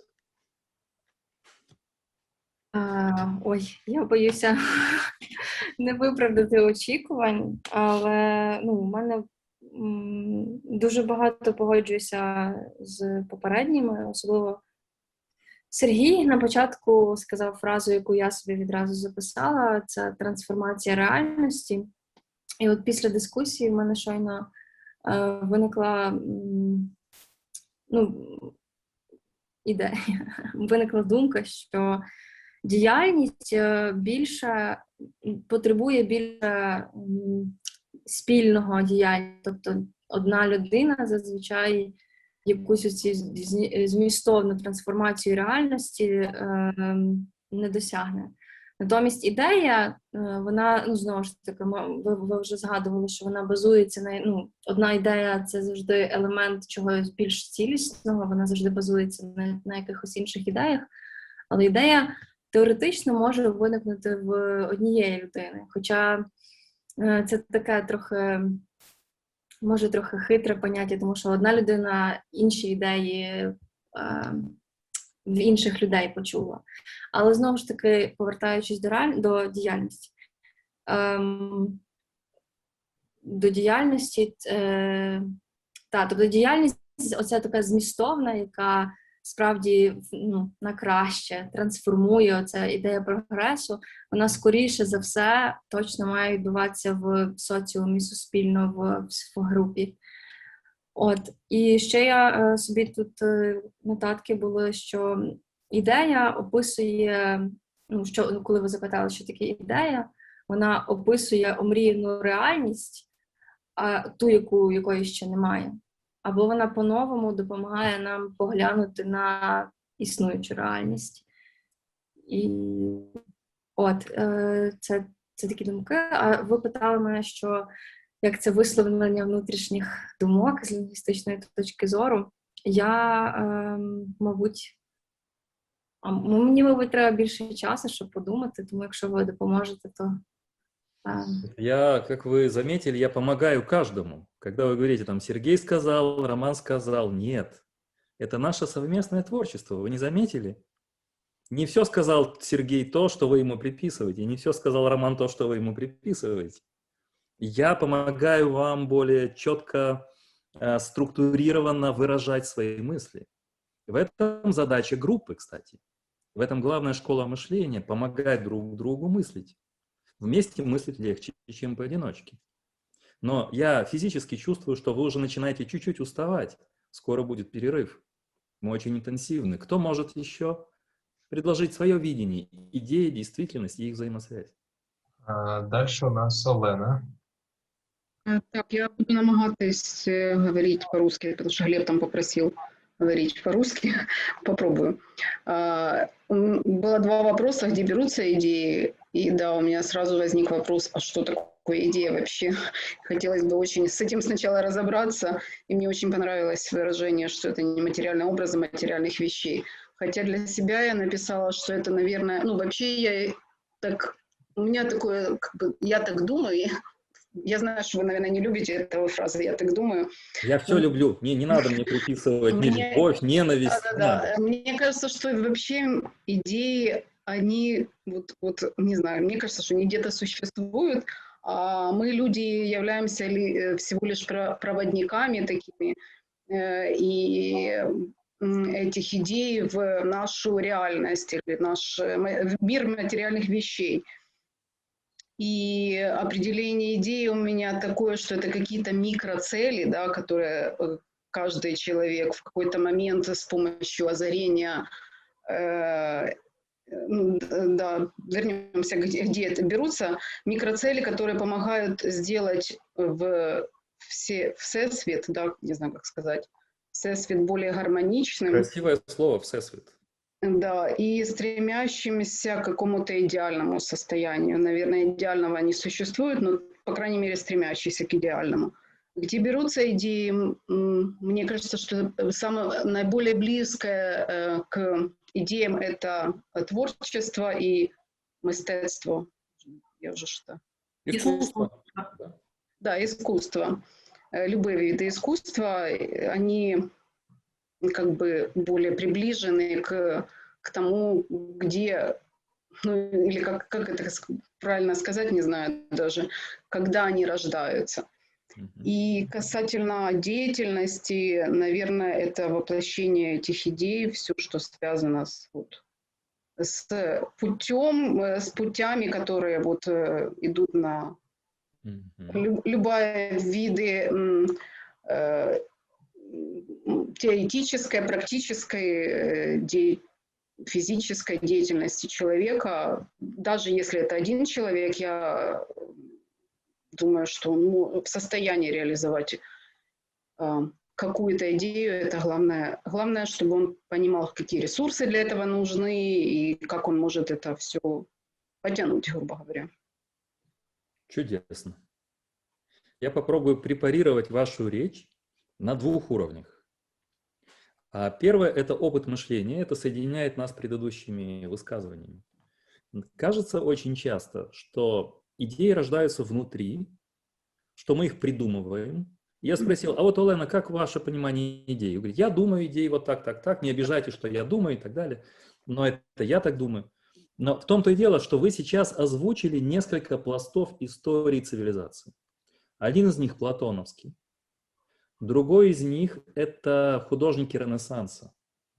Ой, я боюся не виправдати очікувань, але у мене дуже багато погоджуюся з попередніми, особливо Сергій на початку сказав фразу, яку я собі відразу записала, це трансформація реальності. І от після дискусії в мене щойно виникла ідея, виникла думка, що діяльність потребує більше спільного діяння. Тобто одна людина зазвичай якусь оці змістовну трансформацію реальності не досягне. Натомість ідея, вона, ну, знову ж таки, ви вже згадували, що вона базується на, ну, одна ідея – це завжди елемент чогось більш цілісного, вона завжди базується на якихось інших ідеях, але ідея теоретично може виникнути в однієї людини, хоча це таке трохи, може трохи хитре поняття, тому що одна людина інші ідеї в інших людей почула. Але знову ж таки, повертаючись до діяльності. Тобто діяльність оця така змістовна, яка справді, ну, на краще трансформує оця ідея прогресу, вона скоріше за все точно має відбуватися в соціумі, суспільно, в групі. От, і ще я собі тут нотатки були, що ідея описує, ну, що, коли ви запитали, що таке ідея, вона описує омріяну реальність, ту, якої ще немає. Або вона по-новому допомагає нам поглянути на існуючу реальність. І от, це такі думки. А ви питали мене, що як це висловлення внутрішніх думок з лінгвістичної точки зору. Мабуть, мені треба більше часу, щоб подумати, тому якщо ви допоможете, то... Как вы заметили, я помогаю каждому. Когда вы говорите, там, Сергей сказал, Роман сказал, нет. Это наше совместное творчество, вы не заметили? Не все сказал Сергей то, что вы ему приписываете, и не все сказал Роман то, что вы ему приписываете. Я помогаю вам более четко, структурированно выражать свои мысли. В этом задача группы, кстати. В этом главная школа мышления – помогать друг другу мыслить. Вместе мыслить легче, чем поодиночке. Но я физически чувствую, что вы уже начинаете чуть-чуть уставать. Скоро будет перерыв. Мы очень интенсивны. Кто может еще предложить свое видение, идеи, действительность и их взаимосвязь? Дальше у нас Олена. Так, я буду намагатись говорить по-русски, потому что Глеб там попросил говорить по-русски. Попробую. Было два вопроса, где берутся идеи. И да, у меня сразу возник вопрос, а что такое идея вообще? Хотелось бы очень с этим сначала разобраться. И мне очень понравилось выражение, что это не материальные образы материальных вещей. Хотя для себя я написала, что это, наверное, ну вообще у меня такое, как бы, я так думаю. Я знаю, что вы, наверное, не любите эту фразу, я так думаю. Я все люблю, не надо мне приписывать ни любовь, ненависть. Да. Мне кажется, что вообще идеи, они, вот не знаю, мне кажется, что они где-то существуют, а мы, люди, являемся всего лишь проводниками такими, и этих идей в нашу реальность, или в мир материальных вещей. И определение идеи у меня такое, что это какие-то микроцели, да, которые каждый человек в какой-то момент с помощью озарения, вернемся, где это берутся, микроцели, которые помогают сделать всесвет, да, не знаю, как сказать, всесвет более гармоничным. Красивое слово «всесвет». Да, и стремящимся к какому-то идеальному состоянию. Наверное, идеального не существует, но, по крайней мере, стремящийся к идеальному. Где берутся идеи, мне кажется, что самое наиболее близкое к идеям – это творчество и мистецтво. Я уже что? Искусство. Да, искусство. Любые виды искусства, они как бы более приближены к тому, где, ну, или как это правильно сказать, не знаю даже, когда они рождаются. И касательно деятельности, наверное, это воплощение этих идей, все, что связано с путями, которые идут на любые виды теоретической, практической, физической деятельности человека. Даже если это один человек, я думаю, что он в состоянии реализовать какую-то идею. Это главное, чтобы он понимал, какие ресурсы для этого нужны и как он может это все потянуть, грубо говоря. Чудесно. Я попробую препарировать вашу речь на двух уровнях. Первое – это опыт мышления, это соединяет нас с предыдущими высказываниями. Кажется очень часто, что идеи рождаются внутри, что мы их придумываем. Я спросил, а вот, Олена, как ваше понимание идей? Говорит, я думаю идеи вот так, не обижайте, что я думаю и так далее. Но это я так думаю. Но в том-то и дело, что вы сейчас озвучили несколько пластов истории цивилизации. Один из них платоновский. Другой из них – это художники Ренессанса.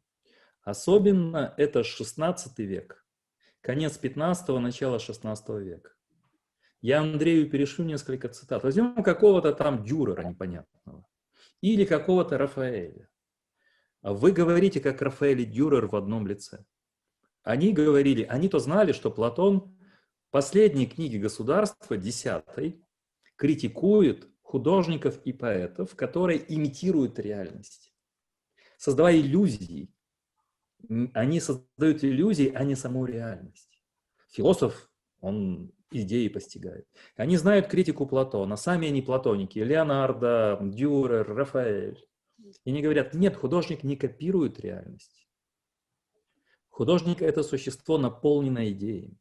Особенно это XVI век, конец XV, начало XVI века. Я Андрею перешлю несколько цитат. Возьмем какого-то там Дюрера непонятного или какого-то Рафаэля. Вы говорите, как Рафаэль и Дюрер в одном лице. Они говорили, они-то знали, что Платон в последней книге «Государства», 10-й, критикует художников и поэтов, которые имитируют реальность, создавая иллюзии. Они создают иллюзии, а не саму реальность. Философ, он идеи постигает. Они знают критику Платона, сами они платоники, Леонардо, Дюрер, Рафаэль. И они говорят, нет, художник не копирует реальность. Художник – это существо, наполненное идеями.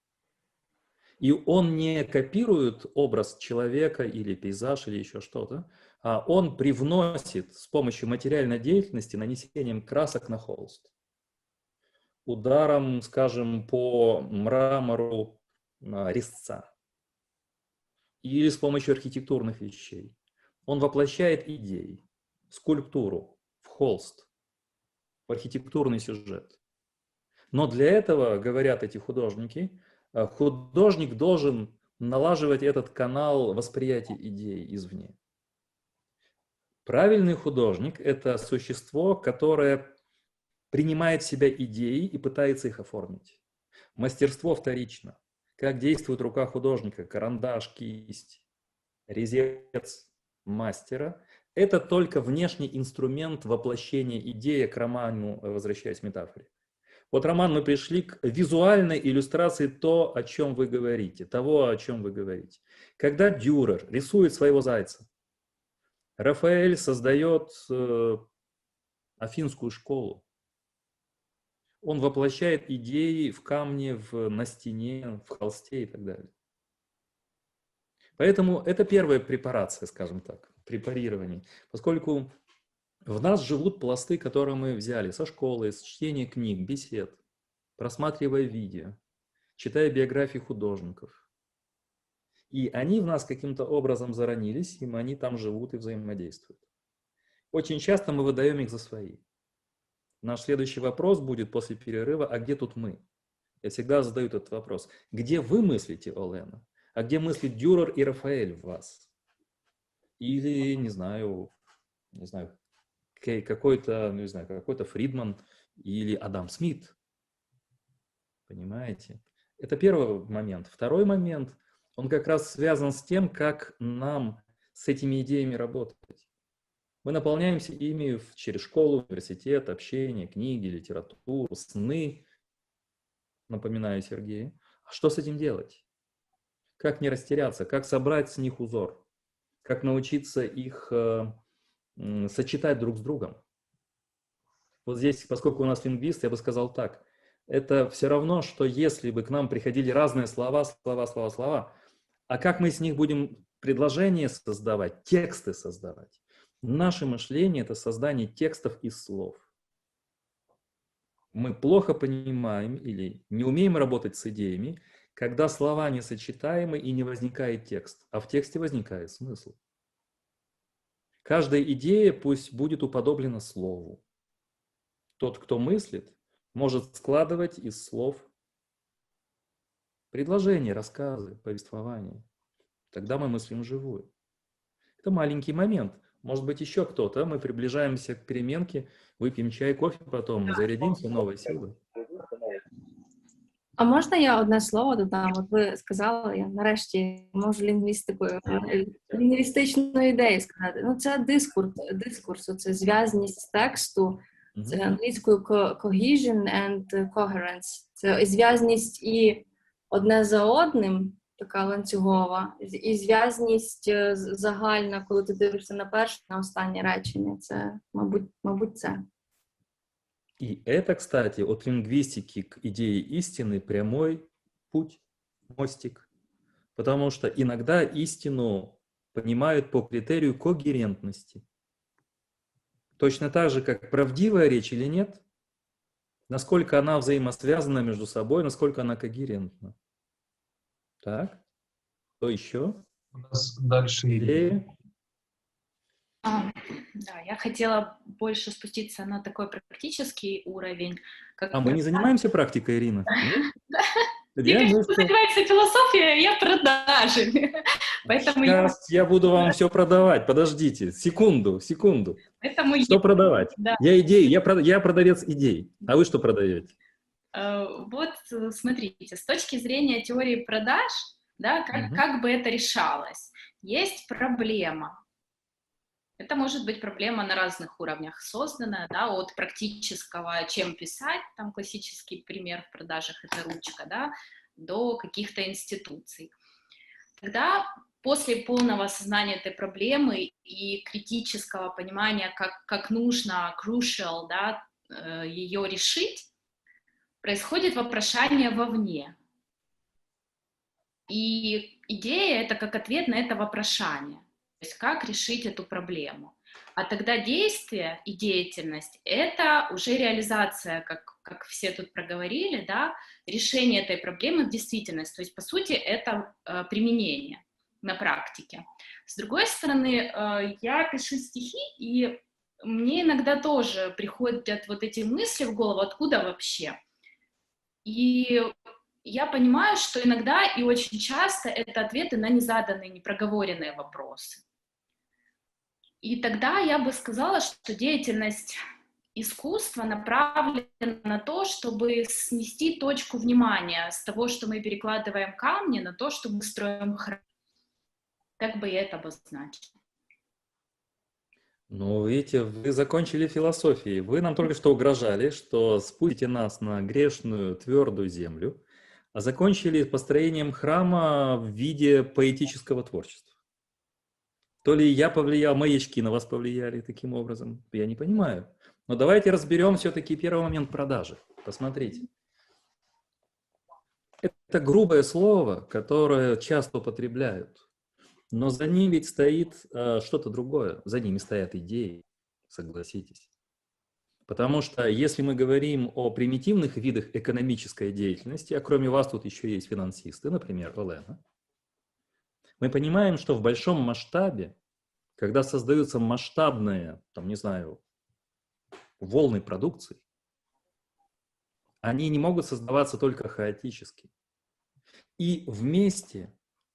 И он не копирует образ человека или пейзаж или еще что-то, а он привносит с помощью материальной деятельности нанесением красок на холст. Ударом, скажем, по мрамору резца. Или с помощью архитектурных вещей. Он воплощает идеи, скульптуру в холст, в архитектурный сюжет. Но для этого, говорят эти художники, художник должен налаживать этот канал восприятия идей извне. Правильный художник – это существо, которое принимает в себя идеи и пытается их оформить. Мастерство вторично. Как действует рука художника, карандаш, кисть, резец мастера – это только внешний инструмент воплощения идеи, к роману, возвращаясь к метафоре. Вот, Роман, мы пришли к визуальной иллюстрации того, о чем вы говорите. Когда Дюрер рисует своего зайца, Рафаэль создает афинскую школу. Он воплощает идеи в камне, на стене, в холсте и так далее. Поэтому это первая препарация, скажем так, препарирование. Поскольку в нас живут пласты, которые мы взяли со школы, с чтения книг, бесед, просматривая видео, читая биографии художников. И они в нас каким-то образом заронились, и они там живут и взаимодействуют. Очень часто мы выдаем их за свои. Наш следующий вопрос будет после перерыва, а где тут мы? Я всегда задаю этот вопрос. Где вы мыслите, Олена? А где мыслит Дюрер и Рафаэль в вас? Или, не знаю, какой-то Фридман или Адам Смит. Понимаете? Это первый момент. Второй момент, он как раз связан с тем, как нам с этими идеями работать. Мы наполняемся ими через школу, университет, общение, книги, литературу, сны. Напоминаю Сергею. А что с этим делать? Как не растеряться? Как собрать с них узор? Как научиться их сочетать друг с другом? Вот здесь, поскольку у нас лингвист, я бы сказал так. Это все равно, что если бы к нам приходили разные слова, а как мы с них будем предложения создавать, тексты создавать? Наше мышление – это создание текстов из слов. Мы плохо понимаем или не умеем работать с идеями, когда слова несочетаемы и не возникает текст, а в тексте возникает смысл. Каждая идея пусть будет уподоблена слову. Тот, кто мыслит, может складывать из слов предложения, рассказы, повествования. Тогда мы мыслим вживую. Это маленький момент. Может быть, еще кто-то. Мы приближаемся к переменке, выпьем чай, кофе, потом зарядимся новой силой. А можна я одне слово додам? От ви сказали, я нарешті можу лінгвістичну ідею сказати. Ну, це дискурс, це зв'язність тексту, це англійською cohesion and coherence. Це зв'язність і одне за одним, така ланцюгова, і зв'язність загальна, коли ти дивишся на перше, на останнє речення, це, мабуть, це. И это, кстати, от лингвистики к идее истины прямой путь, мостик. Потому что иногда истину понимают по критерию когерентности. Точно так же, как правдивая речь или нет, насколько она взаимосвязана между собой, насколько она когерентна. Так, что еще? У нас дальше Идеи? Да, я хотела больше спуститься на такой практический уровень. Как А мы не занимаемся практикой, Ирина? Игорь занимается философией, я продажами. Поэтому сейчас я буду вам все продавать. Подождите, секунду. Поэтому что продавать? Да. Я идеи, я продавец идей. А вы что продаете? Вот смотрите, с точки зрения теории продаж, да, как бы это решалось? Есть проблема. Это может быть проблема на разных уровнях созданная, да, от практического, чем писать, там классический пример в продажах — это ручка, да, до каких-то институций. Тогда после полного осознания этой проблемы и критического понимания, как нужно, crucial, да, ее решить, происходит вопрошание вовне. И идея — это как ответ на это вопрошание. То есть как решить эту проблему. А тогда действие и деятельность — это уже реализация, как все тут проговорили, да, решение этой проблемы в действительность. То есть, по сути, это применение на практике. С другой стороны, я пишу стихи, и мне иногда тоже приходят вот эти мысли в голову, откуда вообще. И я понимаю, что иногда и очень часто это ответы на незаданные, непроговоренные вопросы. И тогда я бы сказала, что деятельность искусства направлена на то, чтобы сместить точку внимания с того, что мы перекладываем камни, на то, что мы строим храм. Так бы я это обозначила. Ну, видите, вы закончили философией. Вы нам только что угрожали, что спустите нас на грешную твердую землю, а закончили построением храма в виде поэтического творчества. То ли я повлиял, маячки на вас повлияли таким образом, я не понимаю. Но давайте разберем все-таки первый момент продажи. Посмотрите. Это грубое слово, которое часто употребляют, но за ним ведь стоит что-то другое. За ними стоят идеи, согласитесь. Потому что если мы говорим о примитивных видах экономической деятельности, а кроме вас тут еще есть финансисты, например, Олена, мы понимаем, что в большом масштабе, когда создаются масштабные, там, не знаю, волны продукции, они не могут создаваться только хаотически. И вместе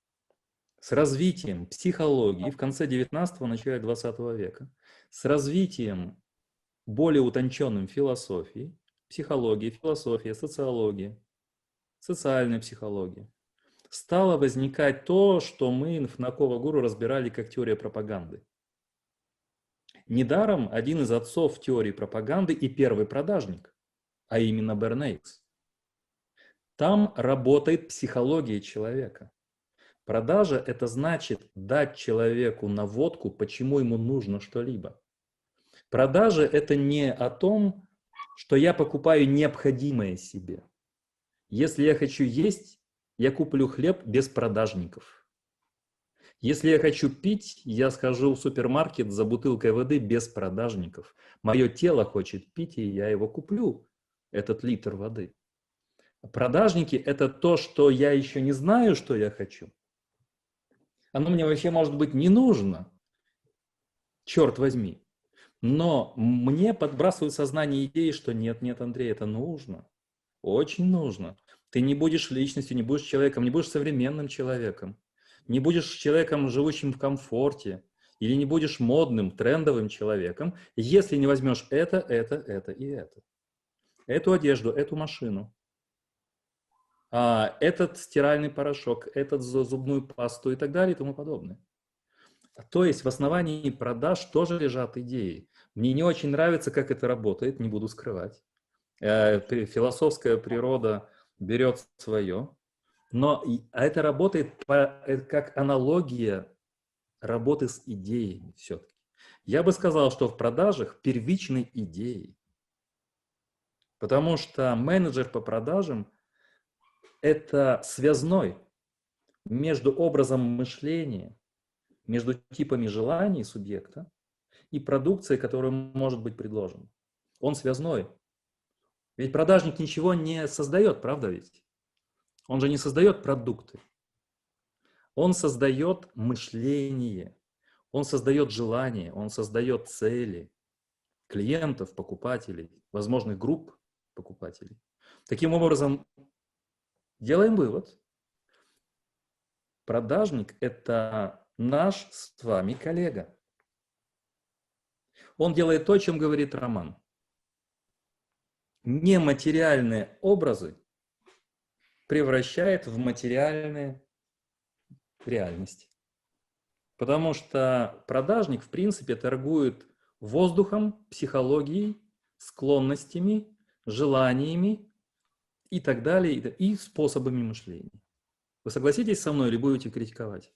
с развитием психологии в конце 19-го, начале 20 века, с развитием более утонченным философии, психологии, философии, социологии, социальной психологии, стало возникать то, что мы в Накова-Гуру разбирали как теория пропаганды. Недаром один из отцов теории пропаганды и первый продажник, а именно Бернейкс. Там работает психология человека. Продажа – это значит дать человеку наводку, почему ему нужно что-либо. Продажа – это не о том, что я покупаю необходимое себе. Если я хочу есть, я куплю хлеб без продажников. Если я хочу пить, я схожу в супермаркет за бутылкой воды без продажников. Мое тело хочет пить, и я его куплю, этот литр воды. Продажники – это то, что я еще не знаю, что я хочу. Оно мне вообще, может быть, не нужно, черт возьми. Но мне подбрасывают в сознание идеи, что нет, Андрей, это нужно, очень нужно. Ты не будешь личностью, не будешь человеком, не будешь современным человеком, не будешь человеком, живущим в комфорте, или не будешь модным, трендовым человеком, если не возьмешь это и это. Эту одежду, эту машину, этот стиральный порошок, этот зубную пасту и так далее и тому подобное. То есть в основании продаж тоже лежат идеи. Мне не очень нравится, как это работает, не буду скрывать. Философская природа берет свое. А это работает как аналогия работы с идеями все-таки. Я бы сказал, что в продажах первичной идеей. Потому что менеджер по продажам – это связной между образом мышления, между типами желаний субъекта и продукцией, которая может быть предложена. Он связной. Ведь продажник ничего не создает, правда ведь? Он же не создает продукты. Он создает мышление, он создает желания, он создает цели клиентов, покупателей, возможных групп покупателей. Таким образом, делаем вывод. Продажник – это наш с вами коллега. Он делает то, о чем говорит Роман. Нематериальные образы превращает в материальные реальности. Потому что продажник, в принципе, торгует воздухом, психологией, склонностями, желаниями и так далее, и способами мышления. Вы согласитесь со мной или будете критиковать?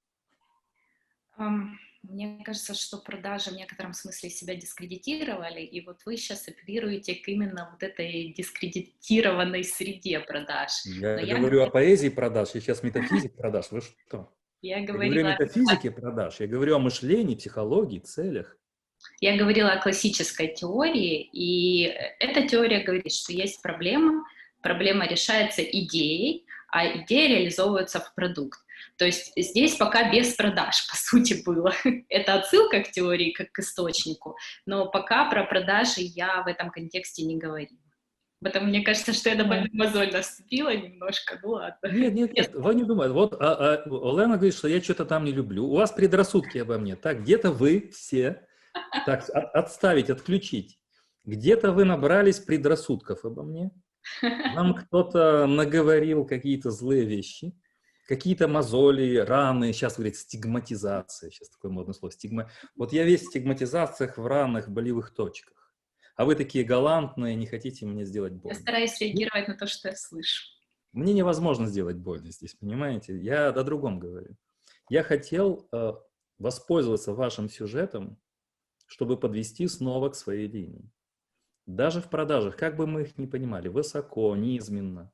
Мне кажется, что продажи в некотором смысле себя дискредитировали, и вот вы сейчас апеллируете к именно вот этой дискредитированной среде продаж. Я говорю о поэзии продаж, я сейчас метафизик продаж. Вы что? Я говорю о метафизике продаж, я говорю о мышлении, психологии, целях. Я говорила о классической теории, и эта теория говорит, что есть проблема решается идеей, а идея реализовывается в продукт. То есть здесь пока без продаж, по сути, было. Это отсылка к теории, как к источнику, но пока про продажи я в этом контексте не говорила. Поэтому мне кажется, что я на больную мозоль наступила немножко, ну ладно. Нет, вы не думаете. Вот Олена говорит, что я что-то там не люблю. У вас предрассудки обо мне. Так, где-то вы все, так, отставить, отключить. Где-то вы набрались предрассудков обо мне. Вам кто-то наговорил какие-то злые вещи. Какие-то мозоли, раны, сейчас говорит стигматизация, сейчас такое модное слово, Вот я весь в стигматизациях, в ранах, болевых точках, а вы такие галантные, не хотите мне сделать больно. Я стараюсь реагировать на то, что я слышу. Мне невозможно сделать больно здесь, понимаете? Я о другом говорю. Я хотел воспользоваться вашим сюжетом, чтобы подвести снова к своей линии. Даже в продажах, как бы мы их ни понимали, высоко, низменно,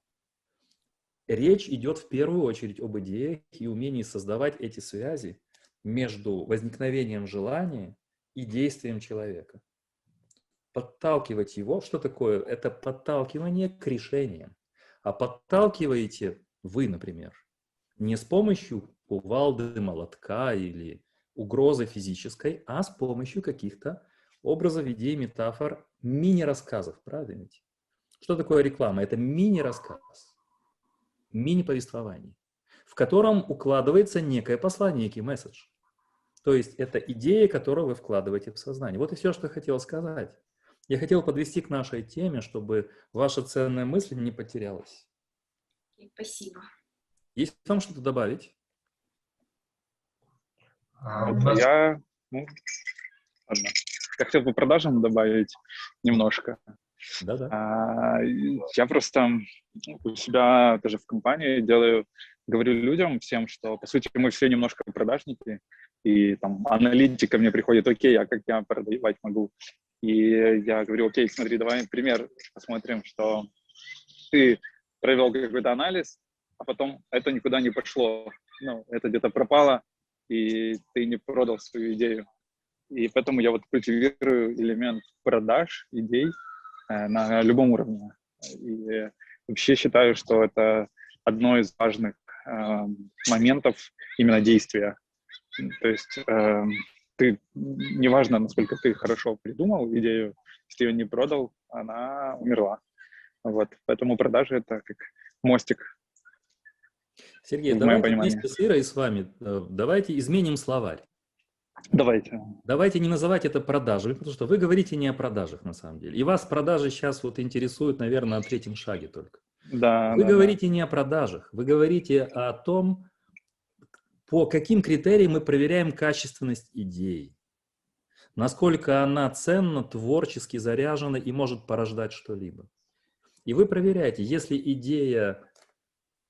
речь идет в первую очередь об идеях и умении создавать эти связи между возникновением желания и действием человека. Подталкивать его, что такое? Это подталкивание к решениям. А подталкиваете вы, например, не с помощью кувалды, молотка или угрозы физической, а с помощью каких-то образов, идей, метафор, мини-рассказов, правда ведь? Что такое реклама? Это мини-рассказ. Мини-повествование, в котором укладывается некое послание, некий месседж. То есть это идея, которую вы вкладываете в сознание. Вот и все, что я хотел сказать. Я хотел подвести к нашей теме, чтобы ваша ценная мысль не потерялась. Спасибо. Есть вам что-то добавить? Я хотел по продажам добавить немножко. Да. Я просто у себя тоже в компании говорю людям всем, что, по сути, мы все немножко продажники, и там аналитика мне приходит, окей, а как я продавать могу? И я говорю, окей, смотри, давай пример посмотрим, что ты провел какой-то анализ, а потом это никуда не пошло, это где-то пропало, и ты не продал свою идею. И поэтому я вот культивирую элемент продаж, идей, на любом уровне. И вообще считаю, что это одно из важных моментов именно действия. То есть неважно, насколько ты хорошо придумал идею, если ее не продал, она умерла. Вот. Поэтому продажи — это как мостик. Сергей, давайте вместе с Ирой и с вами, давайте изменим словарь. Давайте не называть это продажами, потому что вы говорите не о продажах на самом деле. И вас продажи сейчас вот интересуют, наверное, на третьем шаге только. Вы говорите не о продажах, вы говорите о том, по каким критериям мы проверяем качественность идеи. Насколько она ценна, творчески заряжена и может порождать что-либо. И вы проверяете, если идея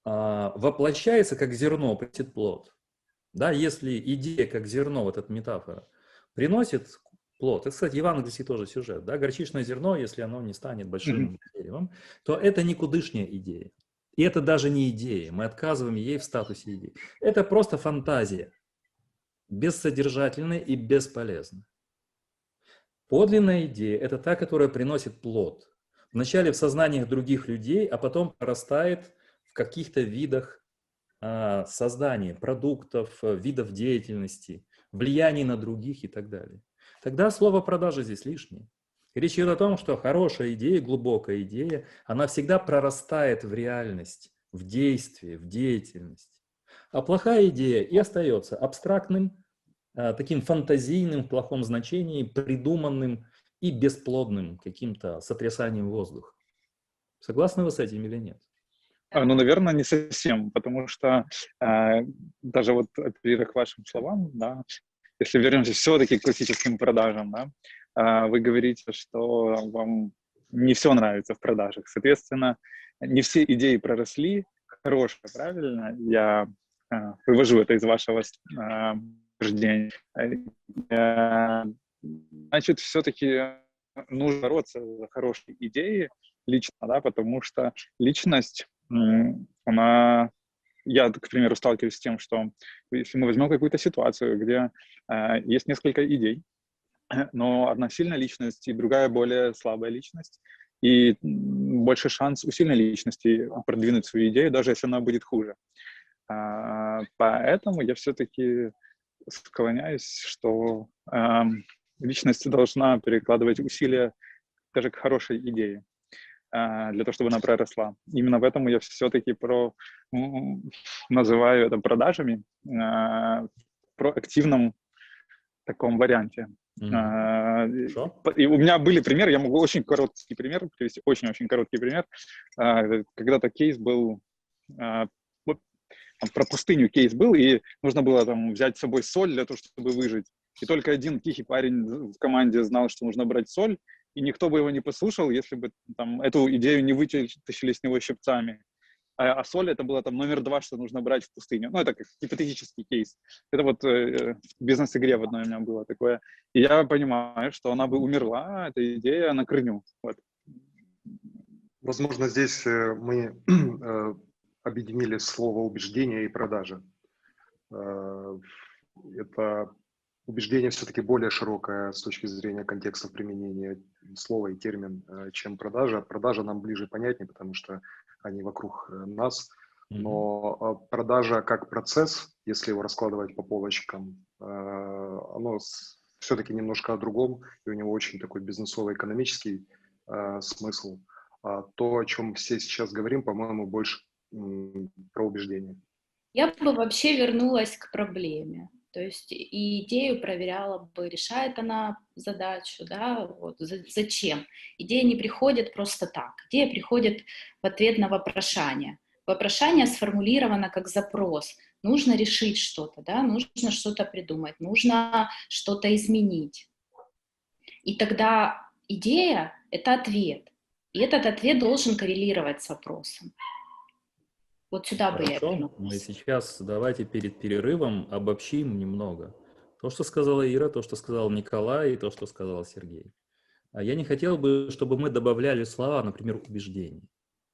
воплощается как зерно, приносит плод. Да, если идея как зерно, вот эта метафора, приносит плод, это, кстати, евангельский тоже сюжет, да, горчичное зерно, если оно не станет большим деревом, то это никудышняя идея. И это даже не идея, мы отказываем ей в статусе идеи. Это просто фантазия, бессодержательная и бесполезная. Подлинная идея – это та, которая приносит плод. Вначале в сознаниях других людей, а потом растает в каких-то видах создания, продуктов, видов деятельности, влияний на других и так далее. Тогда слово «продажа» здесь лишнее. Речь идет о том, что хорошая идея, глубокая идея, она всегда прорастает в реальность, в действие, в деятельность. А плохая идея и остается абстрактным, таким фантазийным в плохом значении, придуманным и бесплодным каким-то сотрясанием воздуха. Согласны вы с этим или нет? Ну, наверное, не совсем, потому что даже вот апеллируя к вашим словам, да, если вернемся все-таки к классическим продажам, да, вы говорите, что вам не все нравится в продажах. Соответственно, не все идеи проросли. Хорошее, правильно? Я вывожу это из вашего утверждения. Значит, все-таки нужно бороться за хорошие идеи лично, да, потому что личность, она... Я, к примеру, сталкиваюсь с тем, что если мы возьмем какую-то ситуацию, где есть несколько идей, но одна сильная личность и другая более слабая личность, и больше шанс у сильной личности продвинуть свою идею, даже если она будет хуже. Поэтому я все-таки склоняюсь, что личность должна перекладывать усилия даже к хорошей идее, для того, чтобы она проросла. Именно поэтому я все-таки называю это продажами в проактивном таком варианте. И у меня были примеры, я могу очень короткий пример привести, очень-очень короткий пример. Когда-то кейс был, про пустыню кейс был, и нужно было там взять с собой соль для того, чтобы выжить. И только один тихий парень в команде знал, что нужно брать соль, и никто бы его не послушал, если бы там эту идею не вытащили с него щипцами. А соль — это было там номер 2, что нужно брать в пустыню. Ну, это как гипотетический кейс. Это вот в бизнес-игре в одной у меня было такое. И я понимаю, что она бы умерла, эта идея, на корню. Вот. Возможно, здесь мы объединили слово «убеждение» и «продажа». Это убеждение все-таки более широкое с точки зрения контекста применения слова и термин, чем продажа. Продажа нам ближе понятнее, потому что они вокруг нас. Но продажа как процесс, если его раскладывать по полочкам, оно все-таки немножко о другом, и у него очень такой бизнесово-экономический смысл. А то, о чем все сейчас говорим, по-моему, больше про убеждение. Я бы вообще вернулась к проблеме. То есть и идею проверяла бы, решает она задачу, да, вот, зачем. Идея не приходит просто так. Идея приходит в ответ на вопрошание. Вопрошание сформулировано как запрос. Нужно решить что-то, да, нужно что-то придумать, нужно что-то изменить. И тогда идея — это ответ. И этот ответ должен коррелировать с вопросом. Вот сюда бы я вернулась. Мы сейчас давайте перед перерывом обобщим немного. То, что сказала Ира, то, что сказал Николай, и то, что сказал Сергей. А я не хотел бы, чтобы мы добавляли слова, например, убеждений.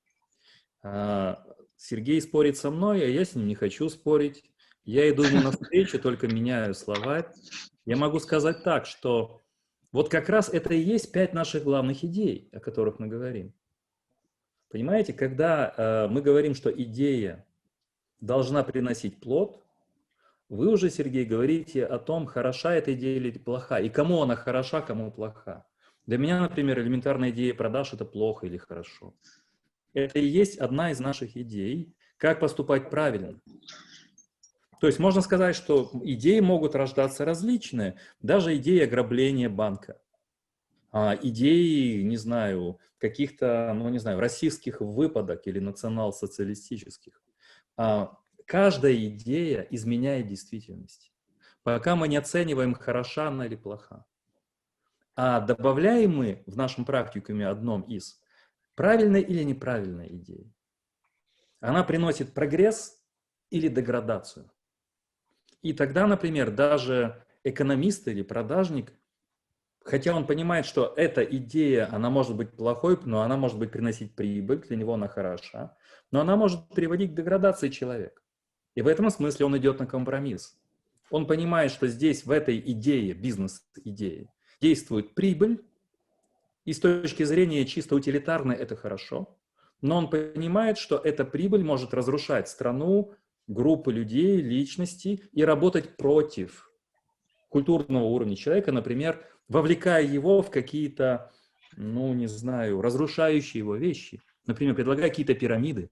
Сергей спорит со мной, а я с ним не хочу спорить. Я иду ему навстречу, только меняю слова. Я могу сказать так, что вот как раз это и есть 5 наших главных идей, о которых мы говорим. Понимаете, когда мы говорим, что идея должна приносить плод, вы уже, Сергей, говорите о том, хороша эта идея или плоха, и кому она хороша, кому плоха. Для меня, например, элементарная идея продаж – это плохо или хорошо. Это и есть одна из наших идей, как поступать правильно. То есть можно сказать, что идеи могут рождаться различные, даже идея ограбления банка. Идеи, не знаю, каких-то, ну, не знаю, российских выпадок или национал-социалистических. Каждая идея изменяет действительность, пока мы не оцениваем, хороша она или плоха. А добавляем мы в нашем практикуме одном из правильной или неправильной идеи. Она приносит прогресс или деградацию. И тогда, например, даже экономист или продажник, хотя он понимает, что эта идея, она может быть плохой, но она может быть приносить прибыль, для него она хороша, но она может приводить к деградации человека. И в этом смысле он идет на компромисс. Он понимает, что здесь, в этой идее, бизнес-идее, действует прибыль, и с точки зрения чисто утилитарной это хорошо, но он понимает, что эта прибыль может разрушать страну, группы людей, личностей и работать против культурного уровня человека, например, вовлекая его в какие-то, ну, не знаю, разрушающие его вещи. Например, предлагая какие-то пирамиды.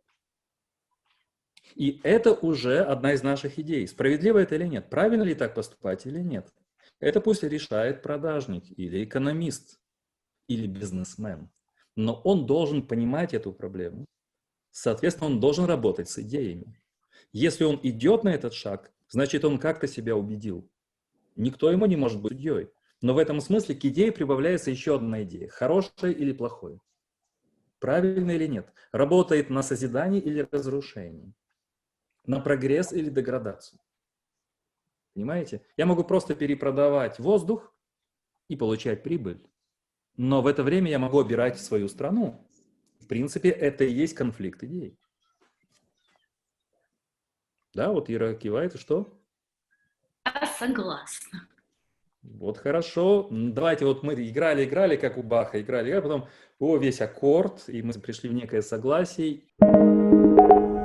И это уже одна из наших идей. Справедливо это или нет? Правильно ли так поступать или нет? Это пусть решает продажник или экономист или бизнесмен. Но он должен понимать эту проблему. Соответственно, он должен работать с идеями. Если он идет на этот шаг, значит, он как-то себя убедил. Никто ему не может быть судьей. Но в этом смысле к идее прибавляется еще одна идея. Хорошая или плохая? Правильно или нет? Работает на созидание или разрушение? На прогресс или деградацию? Понимаете? Я могу просто перепродавать воздух и получать прибыль. Но в это время я могу обирать свою страну. В принципе, это и есть конфликт идей. Да, вот Ира кивает, и что? Я согласна. Вот хорошо. Давайте вот мы играли, как у Баха, играли, потом весь аккорд, и мы пришли в некое согласие.